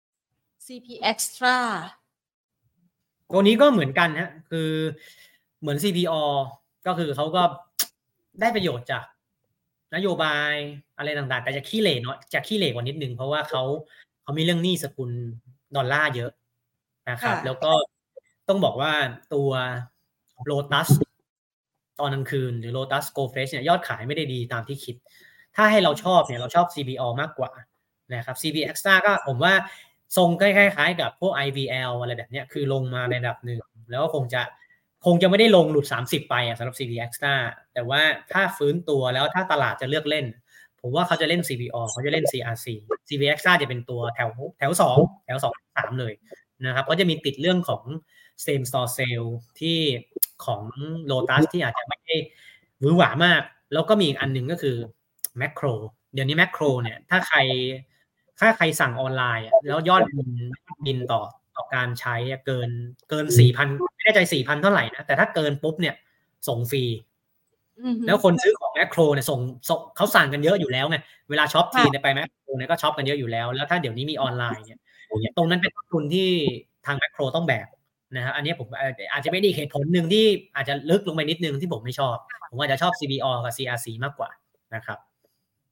Extra ตัวนี้ก็เหมือนกันฮะคือเหมือน CPO ก็คือเขาก็ได้ประโยชน์จากนโยบายอะไรต่างๆแต่จะขี้เหร่เนาะจะขี้เหร่กว่านิดนึงเพราะว่าเขามีเรื่องหนี้สกุลดอลลาร์เยอะนะครับแล้วก็ต้องบอกว่าตัว Lotus ตอนกลางคืนหรือ Lotus Go Fresh เนี่ยยอดขายไม่ได้ดีตามที่คิดถ้าให้เราชอบเนี่ยเราชอบ CPO มากกว่านะครับ CP Extra ก็ผมว่าทรงคล้ายๆกับพวก IVL อะไรแบบนี้คือลงมาในระดับหนึ่งแล้วก็คงจะไม่ได้ลงหลุด30ไปสำหรับ CP Extra แต่ว่าถ้าฟื้นตัวแล้วถ้าตลาดจะเลือกเล่นผมว่าเขาจะเล่น CPO เขาจะเล่น CRC CP Extra จะเป็นตัวแถว2แถว2 3เลยนะครับก็จะมีติดเรื่องของ same store sale ที่ของ Lotus ที่อาจจะไม่ได้หวือหวามากแล้วก็มีอีกอันนึงก็คือแมคโครเดี๋ยวนี้แมคโครเนี่ยถ้าใครสั่งออนไลน์แล้วยอดบินต่อการใช้เกิน 4,000 ไม่แน่ใจ 4,000 เท่าไหร่นะแต่ถ้าเกินปุ๊บเนี่ยส่งฟรีแล้วคนซื้อของแมคโครเนี่ยส่งเขาสั่งกันเยอะอยู่แล้วไงเวลาช็อปทีเนี่ยไปแมคโครเนี่ยก็ช็อปกันเยอะอยู่แล้วแล้วถ้าเดี๋ยวนี้มีออนไลน์เนี่ยตรงนั้นเป็นต้นทุนที่ทางแมคโครต้องแบกนะครับอันนี้ผมอาจจะเป็นอีกเหตุผลหนึ่งที่อาจจะลึกลงไปนิดนึงที่ผมไม่ชอบผมอาจจะชอบ CBO กับ CRC มากกว่านะครับ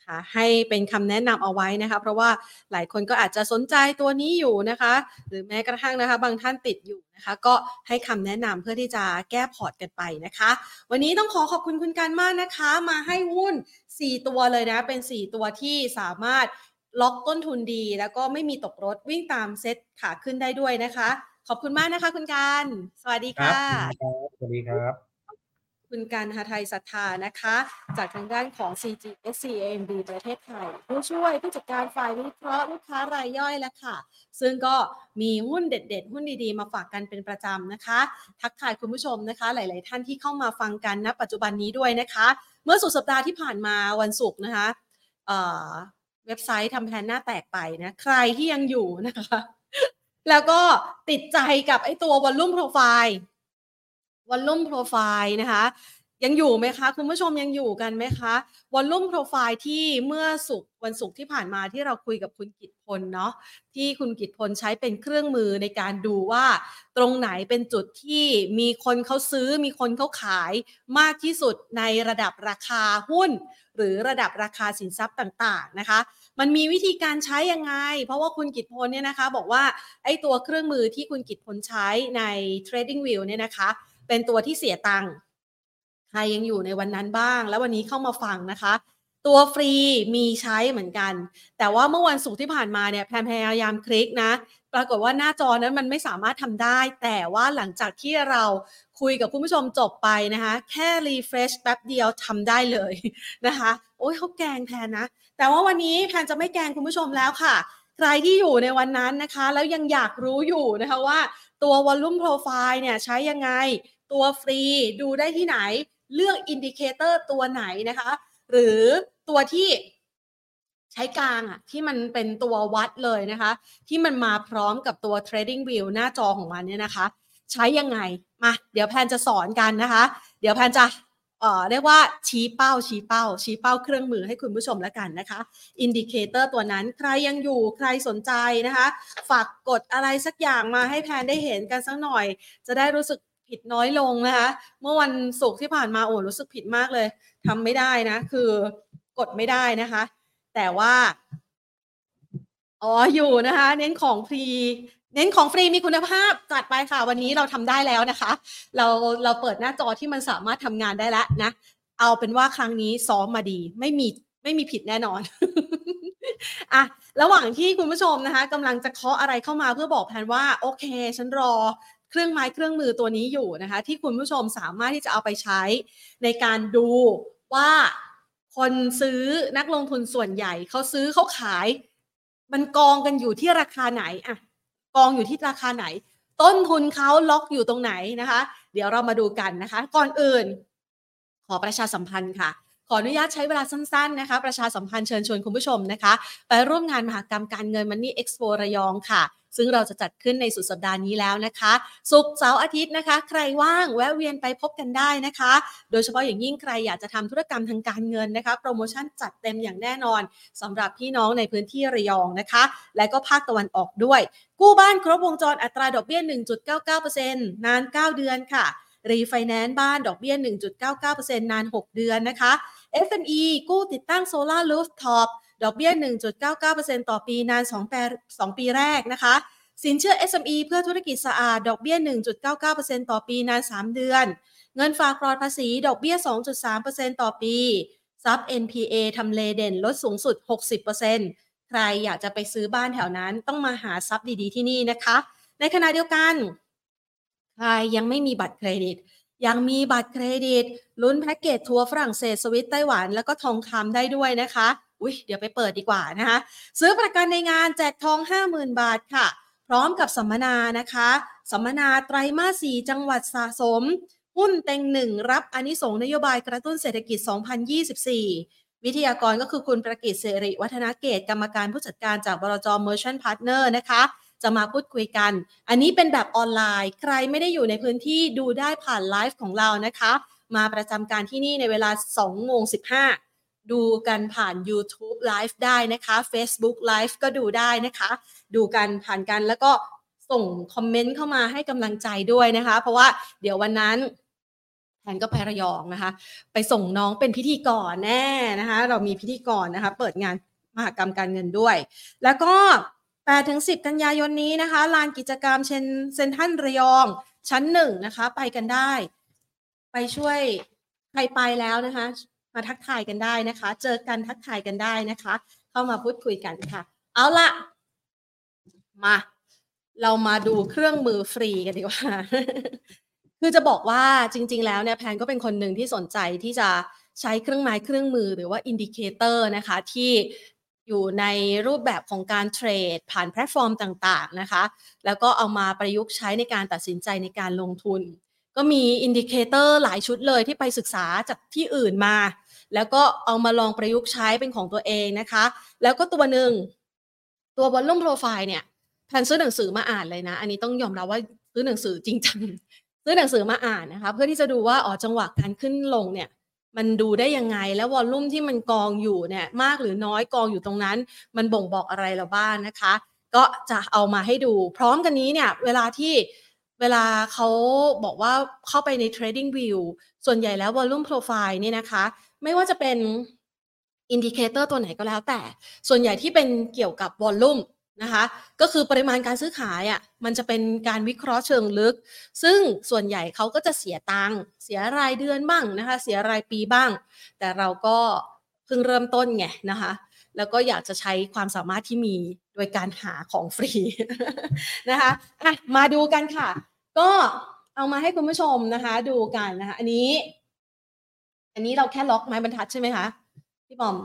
ค่ะให้เป็นคำแนะนำเอาไว้นะคะเพราะว่าหลายคนก็อาจจะสนใจตัวนี้อยู่นะคะหรือแม้กระทั่งนะคะบางท่านติดอยู่นะคะก็ให้คำแนะนำเพื่อที่จะแก้พอร์ตกันไปนะคะวันนี้ต้องขอบคุณคุณกันมากนะคะมาให้หุ้น4ตัวเลยนะเป็น4ตัวที่สามารถล็อกต้นทุนดีแล้วก็ไม่มีตกรถวิ่งตามเซ็ตขาขึ้นได้ด้วยนะคะขอบคุณมากนะคะคุณกันสวัสดีครับค่ะสวัสดีครับคุณกันหทัยศรัทธานะคะจากทางด้านของ CGSCAMB ประเทศไทยผู้ช่วยผู้จัดการฝ่ายวิเคราะห์ลูกค้ารายย่อยแล้วค่ะซึ่งก็มีหุ้นเด็ดๆหุ้นดีๆมาฝากกันเป็นประจำนะคะทักทายคุณผู้ชมนะคะหลายๆท่านที่เข้ามาฟังกันณปัจจุบันนี้ด้วยนะคะเมื่อสุดสัปดาห์ที่ผ่านมาวันศุกร์นะคะเอ่อเว็บไซต์ทำแผนหน้าแตกไปนะใครที่ยังอยู่นะคะแล้วก็ติดใจกับไอ้ตัว Volume Profile วอลลุ่มโปรไฟล์นะคะยังอยู่ไหมคะคุณผู้ชมยังอยู่กันไหมคะวอลลุ่มโปรไฟล์ที่เมื่อวันศุกร์ที่ผ่านมาที่เราคุยกับคุณกิตพลเนาะที่คุณกิตพลใช้เป็นเครื่องมือในการดูว่าตรงไหนเป็นจุดที่มีคนเขาซื้อมีคนเขาขายมากที่สุดในระดับราคาหุ้นหรือระดับราคาสินทรัพย์ต่างๆนะคะมันมีวิธีการใช้ยังไงเพราะว่าคุณกิตพลเนี่ยนะคะบอกว่าไอ้ตัวเครื่องมือที่คุณกิตพลใช้ใน TradingView เนี่ยนะคะเป็นตัวที่เสียตังค์ใครยังอยู่ในวันนั้นบ้างแล้ววันนี้เข้ามาฟังนะคะตัวฟรีมีใช้เหมือนกันแต่ว่าเมื่อวันศุกร์ที่ผ่านมาเนี่ยแพนพยายามคลิกนะปรากฏว่าหน้าจอนั้นมันไม่สามารถทำได้แต่ว่าหลังจากที่เราคุยกับคุณผู้ชมจบไปนะคะแค่รีเฟรชแป๊บเดียวทำได้เลยนะคะโอ้ยเขาแกล้งแทนนะแต่ว่าวันนี้แพนจะไม่แกล้งคุณผู้ชมแล้วค่ะใครที่อยู่ในวันนั้นนะคะแล้วยังอยากรู้อยู่นะคะว่าตัว Volume Profile เนี่ยใช้ยังไง ตัวฟรีดูได้ที่ไหนเลือกอินดิเคเตอร์ตัวไหนนะคะหรือตัวที่ใช้กลางอะที่มันเป็นตัววัดเลยนะคะที่มันมาพร้อมกับตัว Trading View หน้าจอของมันเนี่ยนะคะใช้ยังไงมาเดี๋ยวแพนจะสอนกันนะคะเดี๋ยวแพนจะเรียกว่าชี้เป้าเครื่องมือให้คุณผู้ชมแล้วกันนะคะอินดิเคเตอร์ตัวนั้นใครยังอยู่ใครสนใจนะคะฝากกดอะไรสักอย่างมาให้แพนได้เห็นกันสักหน่อยจะได้รู้สึกผิดน้อยลงนะคะเมื่อวันศุกร์ที่ผ่านมาโอ้รู้สึกผิดมากเลยทำไม่ได้นะคือกดไม่ได้นะคะแต่ว่าอยู่นะคะเน้นของฟรีมีคุณภาพจัดไปค่ะวันนี้เราทำได้แล้วนะคะเราเปิดหน้าจอที่มันสามารถทำงานได้แล้วนะเอาเป็นว่าครั้งนี้ซ้อมมาดีไม่มีผิดแน่นอนอะระหว่างที่คุณผู้ชมนะคะกำลังจะเคาะอะไรเข้ามาเพื่อบอกแพนว่าโอเคฉันรอเครื่องไม้เครื่องมือตัวนี้อยู่นะคะที่คุณผู้ชมสามารถที่จะเอาไปใช้ในการดูว่าคนซื้อนักลงทุนส่วนใหญ่เขาซื้อเขาขายมันกองกันอยู่ที่ราคาไหนอะกองอยู่ที่ราคาไหนต้นทุนเขาล็อกอยู่ตรงไหนนะคะเดี๋ยวเรามาดูกันนะคะก่อนอื่นขอประชาสัมพันธ์ค่ะขออนุญาตใช้เวลาสั้นๆนะคะประชาสัมพันธ์เชิญชวนคุณผู้ชมนะคะไปร่วมงานมหกรรมการเงิน Money Expo ระยองค่ะซึ่งเราจะจัดขึ้นในสุดสัปดาห์นี้แล้วนะคะศุกร์เสาร์อาทิตย์นะคะใครว่างแวะเวียนไปพบกันได้นะคะโดยเฉพาะอย่างยิ่งใครอยากจะทำธุรกรรมทางการเงินนะคะโปรโมชั่นจัดเต็มอย่างแน่นอนสำหรับพี่น้องในพื้นที่ระยองนะคะและก็ภาคตะวันออกด้วยกู้บ้านครบวงจรอัตราดอกเบี้ย 1.99% นาน9เดือนค่ะรีไฟแนนซ์บ้านดอกเบี้ย 1.99% นาน6เดือนนะคะ SME กู้ติดตั้งโซลาร์รูฟท็อปดอกเบี้ย 1.99% ต่อปีนาน2 ปีแรกนะคะสินเชื่อ SME เพื่อธุรกิจสะอาดดอกเบี้ย 1.99% ต่อปีนาน3เดือนเงินฝากปลอดภาษีดอกเบี้ย 2.3% ต่อปีซับ NPA ทำเลเด่นลดสูงสุด 60%ใครอยากจะไปซื้อบ้านแถวนั้นต้องมาหาซับดีๆที่นี่นะคะในขณะเดียวกันใครยังไม่มีบัตรเครดิตยังมีบัตรเครดิตลุ้นแพ็กเกจทัวร์ฝรั่งเศสสวิตไต้หวันแล้วก็ทองคำได้ด้วยนะคะเดี๋ยวไปเปิดดีกว่านะคะซื้อประกันในงานแจกทอง 50,000 บาทค่ะพร้อมกับสัมมนานะคะสัมมนาไตรมาส 4 จังหวัดสะสมหุ้นเต็ง1รับอานิสงส์นโยบายกระตุ้นเศรษฐกิจ 2024 วิทยากรก็คือคุณประกิตสิริวัฒนเกตกรรมการผู้จัดการจากบลจ. Merchant Partner นะคะจะมาพูดคุยกันอันนี้เป็นแบบออนไลน์ใครไม่ได้อยู่ในพื้นที่ดูได้ผ่านไลฟ์ของเรานะคะมาประจำการที่นี่ในเวลา 2:15 ดูกันผ่าน YouTube Live ได้นะคะ Facebook Live ก็ดูได้นะคะดูกันผ่านกันแล้วก็ส่งคอมเมนต์เข้ามาให้กำลังใจด้วยนะคะเพราะว่าเดี๋ยววันนั้นแพนก็ไประยองนะคะไปส่งน้องเป็นพิธีกรแน่นะคะเรามีพิธีกรนะคะเปิดงานมหกรรมการเงินด้วยแล้วก็8-10 กันยายนนี้นะคะลานกิจกรรมเซ็นทรัลระยองชั้น1นะคะไปกันได้ไปช่วยใครไปแล้วนะคะมาทักทายกันได้นะคะเจอกันทักทายกันได้นะคะเข้ามาพูดคุยกันค่ะเอาละมาเรามาดูเครื่องมือฟรีกันดีกว่า คือจะบอกว่าจริงๆแล้วเนี่ยแพนก็เป็นคนหนึ่งที่สนใจที่จะใช้เครื่องไม้เครื่องมือหรือว่าอินดิเคเตอร์นะคะที่อยู่ในรูปแบบของการเทรดผ่านแพลตฟอร์มต่างๆนะคะแล้วก็เอามาประยุกต์ใช้ในการตัดสินใจในการลงทุนก็มีอินดิเคเตอร์หลายชุดเลยที่ไปศึกษาจากที่อื่นมาแล้วก็เอามาลองประยุกต์ใช้เป็นของตัวเองนะคะแล้วก็ตัวหนึ่งตัว Volume Profile เนี่ยแพนซื้อหนังสือมาอ่านเลยนะอันนี้ต้องยอมรับว่าซื้อหนังสือจริงจัง ซื้อหนังสือมาอ่านนะคะเพื่อที่จะดูว่าจังหวะการขึ้นลงเนี่ยมันดูได้ยังไงแล้ววอลลุ่มที่มันกองอยู่เนี่ยมากหรือน้อยกองอยู่ตรงนั้นมันบ่งบอกอะไรเราบ้างนะคะก็จะเอามาให้ดูพร้อมกันนี้เนี่ยเวลาเขาบอกว่าเข้าไปใน Trading View ส่วนใหญ่แล้ว Volume Profile เนี่ยนะคะไม่ว่าจะเป็นอินดิเคเตอร์ตัวไหนก็แล้วแต่ส่วนใหญ่ที่เป็นเกี่ยวกับ Volumeนะคะก็คือปริมาณการซื้อขายอ่ะมันจะเป็นการวิเคราะห์เชิงลึกซึ่งส่วนใหญ่เขาก็จะเสียตังค์เสียรายเดือนบ้างนะคะเสียรายปีบ้างแต่เราก็เพิ่งเริ่มต้นไงนะคะแล้วก็อยากจะใช้ความสามารถที่มีโดยการหาของฟรี นะคะอ่ะมาดูกันค่ะก็เอามาให้คุณผู้ชมนะคะดูกันนะคะอันนี้เราแค่ล็อกไม้บรรทัดใช่ไหมคะพี่บอม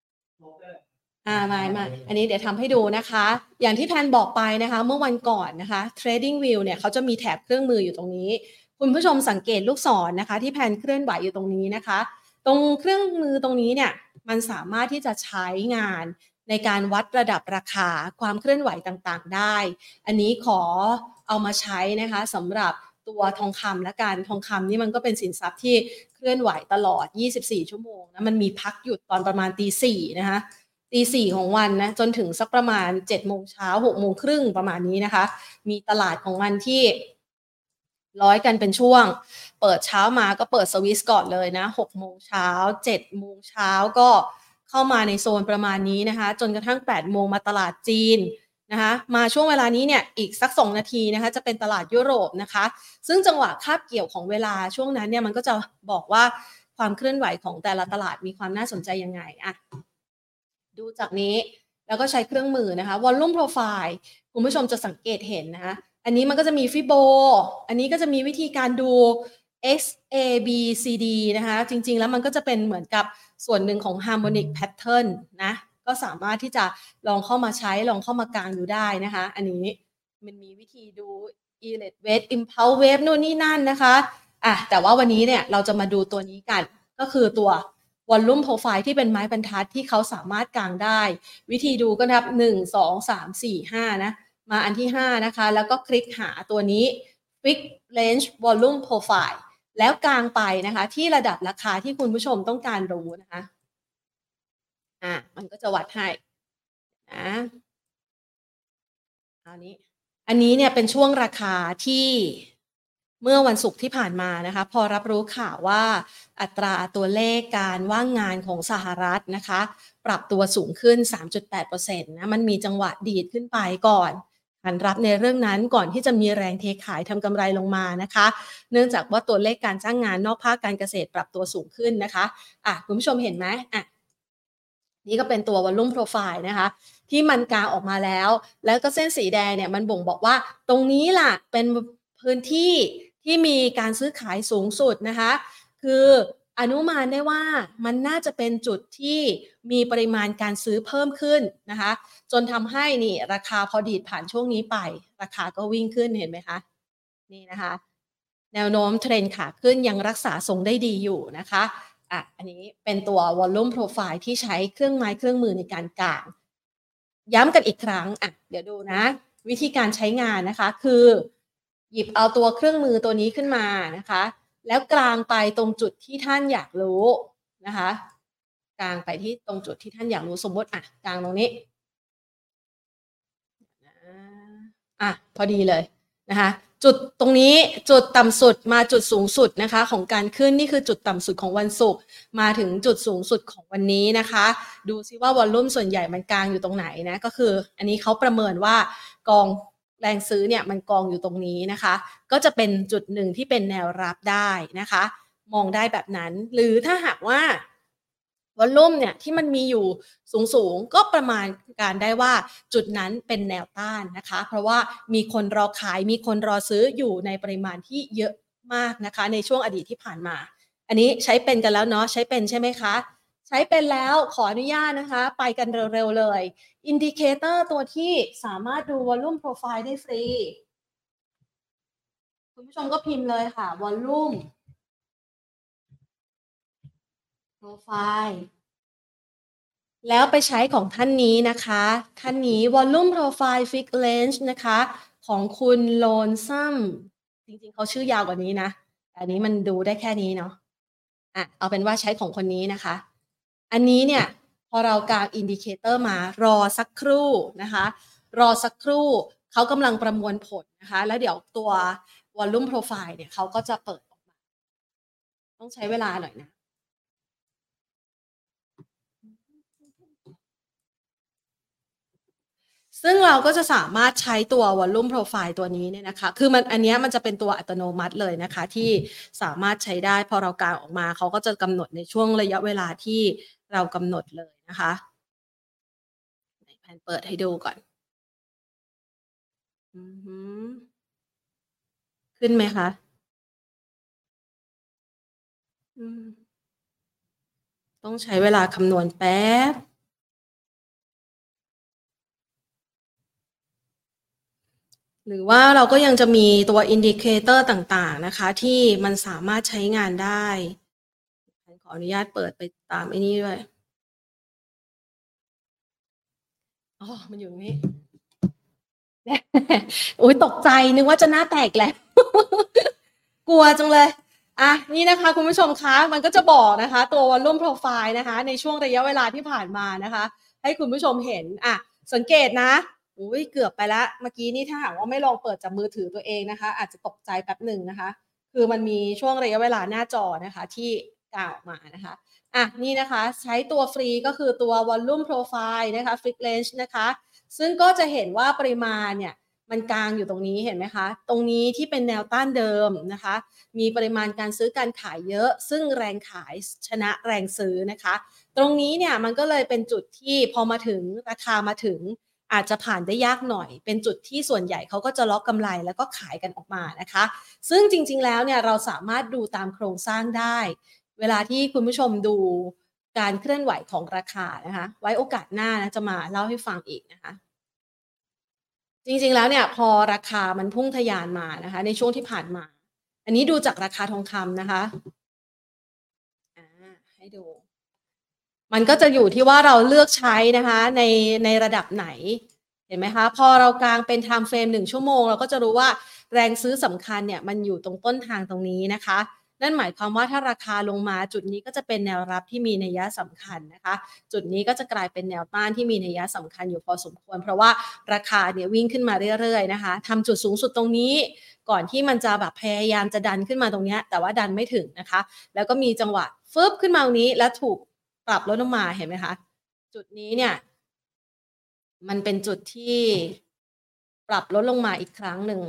มาอันนี้เดี๋ยวทำให้ดูนะคะอย่างที่แพนบอกไปนะคะเมื่อวันก่อนนะคะ Trading View เนี่ยเขาจะมีแถบเครื่องมืออยู่ตรงนี้คุณผู้ชมสังเกตลูกศรนะคะที่แพนเคลื่อนไหวอยู่ตรงนี้นะคะตรงเครื่องมือตรงนี้เนี่ยมันสามารถที่จะใช้งานในการวัดระดับราคาความเคลื่อนไหวต่างๆได้อันนี้ขอเอามาใช้นะคะสำหรับตัวทองคำและกันทองคำนี่มันก็เป็นสินทรัพย์ที่เคลื่อนไหวตลอด24ชั่วโมงนะมันมีพักหยุดตอนประมาณตี 4นะคะตี 4ของวันนะจนถึงสักประมาณ7 โมงเช้า6 โมงครึ่งประมาณนี้นะคะมีตลาดของวันที่ร้อยกันเป็นช่วงเปิดเช้ามาก็เปิดสวิสก่อนเลยนะ6 โมงเช้า7 โมงเช้าก็เข้ามาในโซนประมาณนี้นะคะจนกระทั่ง8 โมงมาตลาดจีนนะคะมาช่วงเวลานี้เนี่ยอีกสัก2 นาทีนะคะจะเป็นตลาดยุโรปนะคะซึ่งจังหวะคาบเกี่ยวของเวลาช่วงนั้นเนี่ยมันก็จะบอกว่าความเคลื่อนไหวของแต่ละตลาดมีความน่าสนใจยังไงอะดูจากนี้แล้วก็ใช้เครื่องมือนะคะ Volume Profile คุณผู้ชมจะสังเกตเห็นนะคะอันนี้มันก็จะมีฟิโบอันนี้ก็จะมีวิธีการดู XABCD นะคะจริงๆแล้วมันก็จะเป็นเหมือนกับส่วนหนึ่งของ Harmonic Pattern นะก็สามารถที่จะลองเข้ามาใช้ลองเข้ามากางดูได้นะคะอันนี้มันมีวิธีดู Elliott Wave Impulse Wave นู่นนี่นั่นนะคะแต่ว่าวันนี้เนี่ยเราจะมาดูตัวนี้กันก็คือตัวVolume Profile ที่เป็นไม้บรรทัดที่เขาสามารถกางได้วิธีดูก็นับ1 2 3 4 5นะมาอันที่5นะคะแล้วก็คลิกหาตัวนี้ Fix Range Volume Profile แล้วกางไปนะคะที่ระดับราคาที่คุณผู้ชมต้องการรู้นะคะมันก็จะวัดให้นะอันนี้เนี่ยเป็นช่วงราคาที่เมื่อวันศุกร์ที่ผ่านมานะคะพอรับรู้ข่าวว่าอัตราตัวเลขการว่างงานของสหรัฐนะคะปรับตัวสูงขึ้น 3.8% นะมันมีจังหวะดีดขึ้นไปก่อนหันรับในเรื่องนั้นก่อนที่จะมีแรงเทขายทำกำไรลงมานะคะเนื่องจากว่าตัวเลขการจ้างงานนอกภาคการเกษตรปรับตัวสูงขึ้นนะคะคุณผู้ชมเห็นไหมนี่ก็เป็นตัว Volume Profile นะคะที่มันกางออกมาแล้วก็เส้นสีแดงเนี่ยมันบ่งบอกว่าตรงนี้ล่ะเป็นพื้นที่ที่มีการซื้อขายสูงสุดนะคะคืออนุมานได้ว่ามันน่าจะเป็นจุดที่มีปริมาณการซื้อเพิ่มขึ้นนะคะจนทำให้นี่ราคาพอดีดผ่านช่วงนี้ไปราคาก็วิ่งขึ้นเห็นไหมคะนี่นะคะแนวโน้มเทรนด์ขาขึ้นยังรักษาทรงได้ดีอยู่นะคะอันนี้เป็นตัว Volume Profile ที่ใช้เครื่องไม้เครื่องมือในการกางย้ำกันอีกครั้งเดี๋ยวดูนะวิธีการใช้งานนะคะคือหยิบเอาตัวเครื่องมือตัวนี้ขึ้นมานะคะแล้วกลางไปตรงจุดที่ท่านอยากรู้นะคะกลางไปที่ตรงจุดที่ท่านอยากรู้สมมติกลางตรงนี้พอดีเลยนะคะจุดตรงนี้จุดต่ำสุดมาจุดสูงสุดนะคะของการขึ้นนี่คือจุดต่ำสุดของวันศุกร์มาถึงจุดสูงสุดของวันนี้นะคะดูซิว่าวอลลุ่มส่วนใหญ่มันกลางอยู่ตรงไหนนะก็คืออันนี้เขาประเมินว่ากองแรงซื้อเนี่ยมันกองอยู่ตรงนี้นะคะก็จะเป็นจุดหนึ่งที่เป็นแนวรับได้นะคะมองได้แบบนั้นหรือถ้าหากว่าวอลลุ่มเนี่ยที่มันมีอยู่สูงก็ประมาณการได้ว่าจุดนั้นเป็นแนวต้านนะคะเพราะว่ามีคนรอขายมีคนรอซื้ออยู่ในปริมาณที่เยอะมากนะคะในช่วงอดีตที่ผ่านมาอันนี้ใช้เป็นกันแล้วเนาะใช้เป็นใช่ไหมคะใช้เป็นแล้วขออนุญาตนะคะไปกันเร็วๆเลยอินดิเคเตอร์ตัวที่สามารถดูวอลลุ่มโปรไฟล์ได้ฟรีคุณผู้ชมก็พิมพ์เลยค่ะวอลลุ่มโปรไฟล์แล้วไปใช้ของท่านนี้นะคะท่านนี้ Volume Profile Fixed Range นะคะของคุณโลนซัมจริงๆเขาชื่อยาวกว่านี้นะแต่อันนี้มันดูได้แค่นี้เนาะเอาเป็นว่าใช้ของคนนี้นะคะอันนี้เนี่ยพอเรากางอินดิเคเตอร์มารอสักครู่นะคะรอสักครู่เขากำลังประมวลผลนะคะแล้วเดี๋ยวตัว Volume Profile เนี่ยเขาก็จะเปิดออกมาต้องใช้เวลาหน่อยนะซึ่งเราก็จะสามารถใช้ตัว Volume Profile ตัวนี้เนี่ยนะคะคืออันนี้มันจะเป็นตัวอัตโนมัติเลยนะคะที่สามารถใช้ได้พอเรากางออกมาเขาก็จะกำหนดในช่วงระยะเวลาที่เรากำหนดเลยนะคะแผนเปิดให้ดูก่อนขึ้นไหมคะต้องใช้เวลาคำนวณแป๊บหรือว่าเราก็ยังจะมีตัวอินดิเคเตอร์ต่างๆนะคะที่มันสามารถใช้งานได้ขออนุญาตเปิดไปตามไอ้นี่ด้วยอ๋อมันอยู่ตรงนี้ อุ้ยตกใจนึกว่าจะหน้าแตกแล้ว กลัวจังเลยนี่นะคะคุณผู้ชมคะมันก็จะบอกนะคะตัว Volume Profile นะคะในช่วงระยะเวลาที่ผ่านมานะคะให้คุณผู้ชมเห็นสังเกตนะอุ้ยเกือบไปแล้วเมื่อกี้นี่ถ้าหากว่าไม่ลองเปิดจากมือถือตัวเองนะคะอาจจะตกใจแป๊บหนึ่งนะคะคือมันมีช่วงระยะเวลาหน้าจอนะคะที่กล่าวมานะคะนี่นะคะใช้ตัวฟรีก็คือตัว Volume Profile นะคะ Fixed Range นะคะซึ่งก็จะเห็นว่าปริมาณเนี่ยมันกลางอยู่ตรงนี้เห็นไหมคะตรงนี้ที่เป็นแนวต้านเดิมนะคะมีปริมาณการซื้อการขายเยอะซึ่งแรงขายชนะแรงซื้อนะคะตรงนี้เนี่ยมันก็เลยเป็นจุดที่พอมาถึงราคามาถึงอาจจะผ่านได้ยากหน่อยเป็นจุดที่ส่วนใหญ่เขาก็จะล็อกกำไรแล้วก็ขายกันออกมานะคะซึ่งจริงๆแล้วเนี่ยเราสามารถดูตามโครงสร้างได้เวลาที่คุณผู้ชมดูการเคลื่อนไหวของราคานะคะไว้โอกาสหน้านะจะมาเล่าให้ฟังอีกนะคะจริงๆแล้วเนี่ยพอราคามันพุ่งทะยานมานะคะในช่วงที่ผ่านมาอันนี้ดูจากราคาทองคำนะคะให้ดูมันก็จะอยู่ที่ว่าเราเลือกใช้นะคะในระดับไหนเห็นไหมคะพอเรากางเป็นไทม์เฟรม1ชั่วโมงเราก็จะรู้ว่าแรงซื้อสำคัญเนี่ยมันอยู่ตรงต้นทางตรงนี้นะคะนั่นหมายความว่าถ้าราคาลงมาจุดนี้ก็จะเป็นแนวรับที่มีนัยสำคัญนะคะจุดนี้ก็จะกลายเป็นแนวต้านที่มีนัยสำคัญอยู่พอสมควรเพราะว่าราคาเนี่ยวิ่งขึ้นมาเรื่อยๆนะคะทำจุดสูงสุดตรงนี้ก่อนที่มันจะแบบพยายามจะดันขึ้นมาตรงนี้แต่ว่าดันไม่ถึงนะคะแล้วก็มีจังหวะฟึบขึ้นมาตรงนี้แล้วถูกปรับลดลงมาเห็นไหมคะจุดนี้เนี่ยมันเป็นจุดที่ปรับลดลงมาอีกครั้งหนึ่ง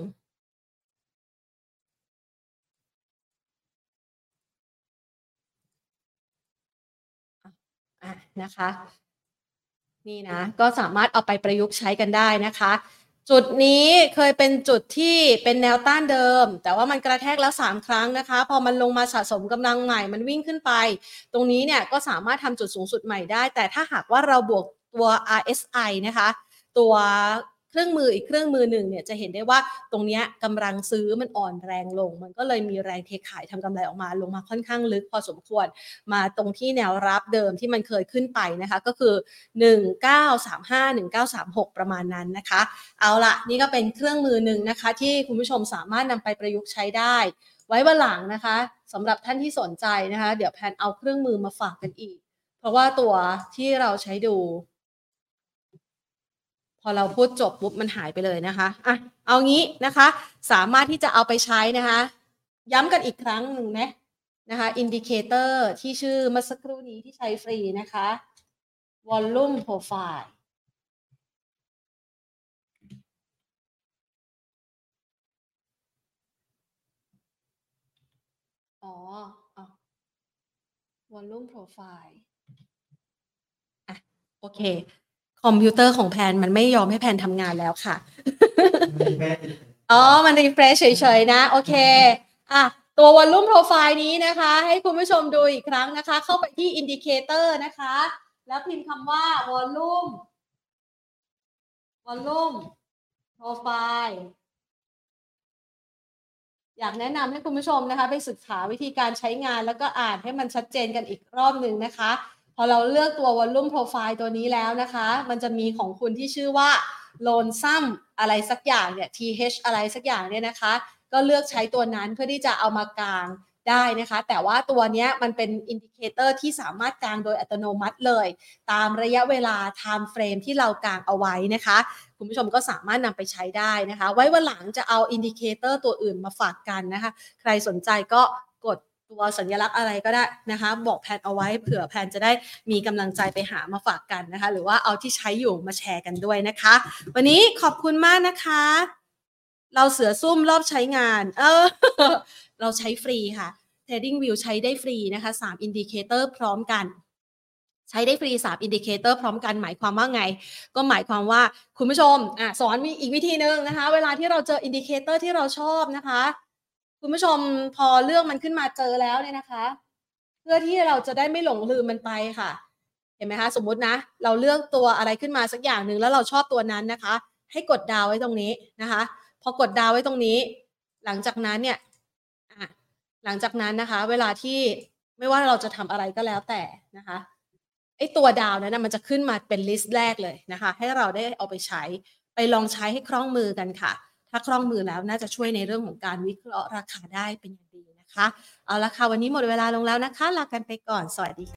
นะคะนี่นะก็สามารถเอาไปประยุกต์ใช้กันได้นะคะจุดนี้เคยเป็นจุดที่เป็นแนวต้านเดิมแต่ว่ามันกระแทกแล้ว3ครั้งนะคะพอมันลงมาสะสมกำลังใหม่มันวิ่งขึ้นไปตรงนี้เนี่ยก็สามารถทำจุดสูงสุดใหม่ได้แต่ถ้าหากว่าเราบวกตัว RSI นะคะตัวเครื่องมืออีกเครื่องมือหนึ่งเนี่ยจะเห็นได้ว่าตรงนี้กำลังซื้อมันอ่อนแรงลงมันก็เลยมีแรงเทขายทำกำไรออกมาลงมาค่อนข้างลึกพอสมควรมาตรงที่แนวรับเดิมที่มันเคยขึ้นไปนะคะก็คือ1935 1936ประมาณนั้นนะคะเอาละนี่ก็เป็นเครื่องมือหนึ่งนะคะที่คุณผู้ชมสามารถนำไปประยุกต์ใช้ได้ไว้วันหลังนะคะสำหรับท่านที่สนใจนะคะเดี๋ยวแพนเอาเครื่องมือมาฝากกันอีกเพราะว่าตัวที่เราใช้ดูพอเราพูดจบปุ๊บมันหายไปเลยนะคะอ่ะเอางี้นะคะ สามารถที่จะเอาไปใช้นะคะ ย้ำกันอีกครั้งหนึ่งนะคะอินดิเคเตอร์ที่ชื่อเมื่อสักครู่นี้ที่ใช้ฟรีนะคะ Volume Profile อ๋อ Volume Profile อ่ะโอเคคอมพิวเตอร์ของแพนมันไม่ยอมให้แพนทำงานแล้วค่ะ อ๋อ มันรีเฟรชเฉยๆนะโอเคอ่ะตัว Volume Profile นี้นะคะให้คุณผู้ชมดูอีกครั้งนะคะเข้าไปที่ Indicator นะคะแล้วพิมพ์คำว่า Volume Profile อยากแนะนำให้คุณผู้ชมนะคะไปศึกษาวิธีการใช้งานแล้วก็อ่านให้มันชัดเจนกันอีกรอบหนึ่งนะคะพอเราเลือกตัว Volume Profile ตัวนี้แล้วนะคะมันจะมีของคุณที่ชื่อว่า Lonesome อะไรสักอย่างเนี่ย th อะไรสักอย่างเนี่ยนะคะก็เลือกใช้ตัวนั้นเพื่อที่จะเอามากางได้นะคะแต่ว่าตัวนี้มันเป็นอินดิเคเตอร์ที่สามารถกางโดยอัตโนมัติเลยตามระยะเวลา time frame ที่เรากางเอาไว้นะคะคุณผู้ชมก็สามารถนำไปใช้ได้นะคะไว้วันหลังจะเอาอินดิเคเตอร์ตัวอื่นมาฝากกันนะคะใครสนใจก็กดตัวสัญลักษณ์อะไรก็ได้นะคะบอกแพนเอาไว้เผื่อแพนจะได้มีกำลังใจไปหามาฝากกันนะคะหรือว่าเอาที่ใช้อยู่มาแชร์กันด้วยนะคะวันนี้ขอบคุณมากนะคะเราเสือซุ่มรอบใช้งานเราใช้ฟรีค่ะ Trading View ใช้ได้ฟรีนะคะ3อินดิเคเตอร์พร้อมกันใช้ได้ฟรี3อินดิเคเตอร์พร้อมกันหมายความว่าไงก็หมายความว่าคุณผู้ชมสอนมีอีกวิธีนึงนะคะเวลาที่เราเจออินดิเคเตอร์ที่เราชอบนะคะคุณผู้ชมพอเลือกมันขึ้นมาเจอแล้วเนี่ยนะคะเพื่อที่เราจะได้ไม่หลงลืมมันไปค่ะเห็นไหมคะสมมุตินะเราเลือกตัวอะไรขึ้นมาสักอย่างหนึ่งแล้วเราชอบตัวนั้นนะคะให้กดดาวไว้ตรงนี้นะคะพอกดดาวไว้ตรงนี้หลังจากนั้นเนี่ยหลังจากนั้นนะคะเวลาที่ไม่ว่าเราจะทำอะไรก็แล้วแต่นะคะไอ้ตัวดาวนั้นนะมันจะขึ้นมาเป็นลิสต์แรกเลยนะคะให้เราได้เอาไปใช้ไปลองใช้ให้คล่องมือกันค่ะถ้าคล่องมือแล้วน่าจะช่วยในเรื่องของการวิเคราะห์ราคาได้เป็นอย่างดีนะคะเอาละค่ะวันนี้หมดเวลาลงแล้วนะคะลากันไปก่อนสวัสดี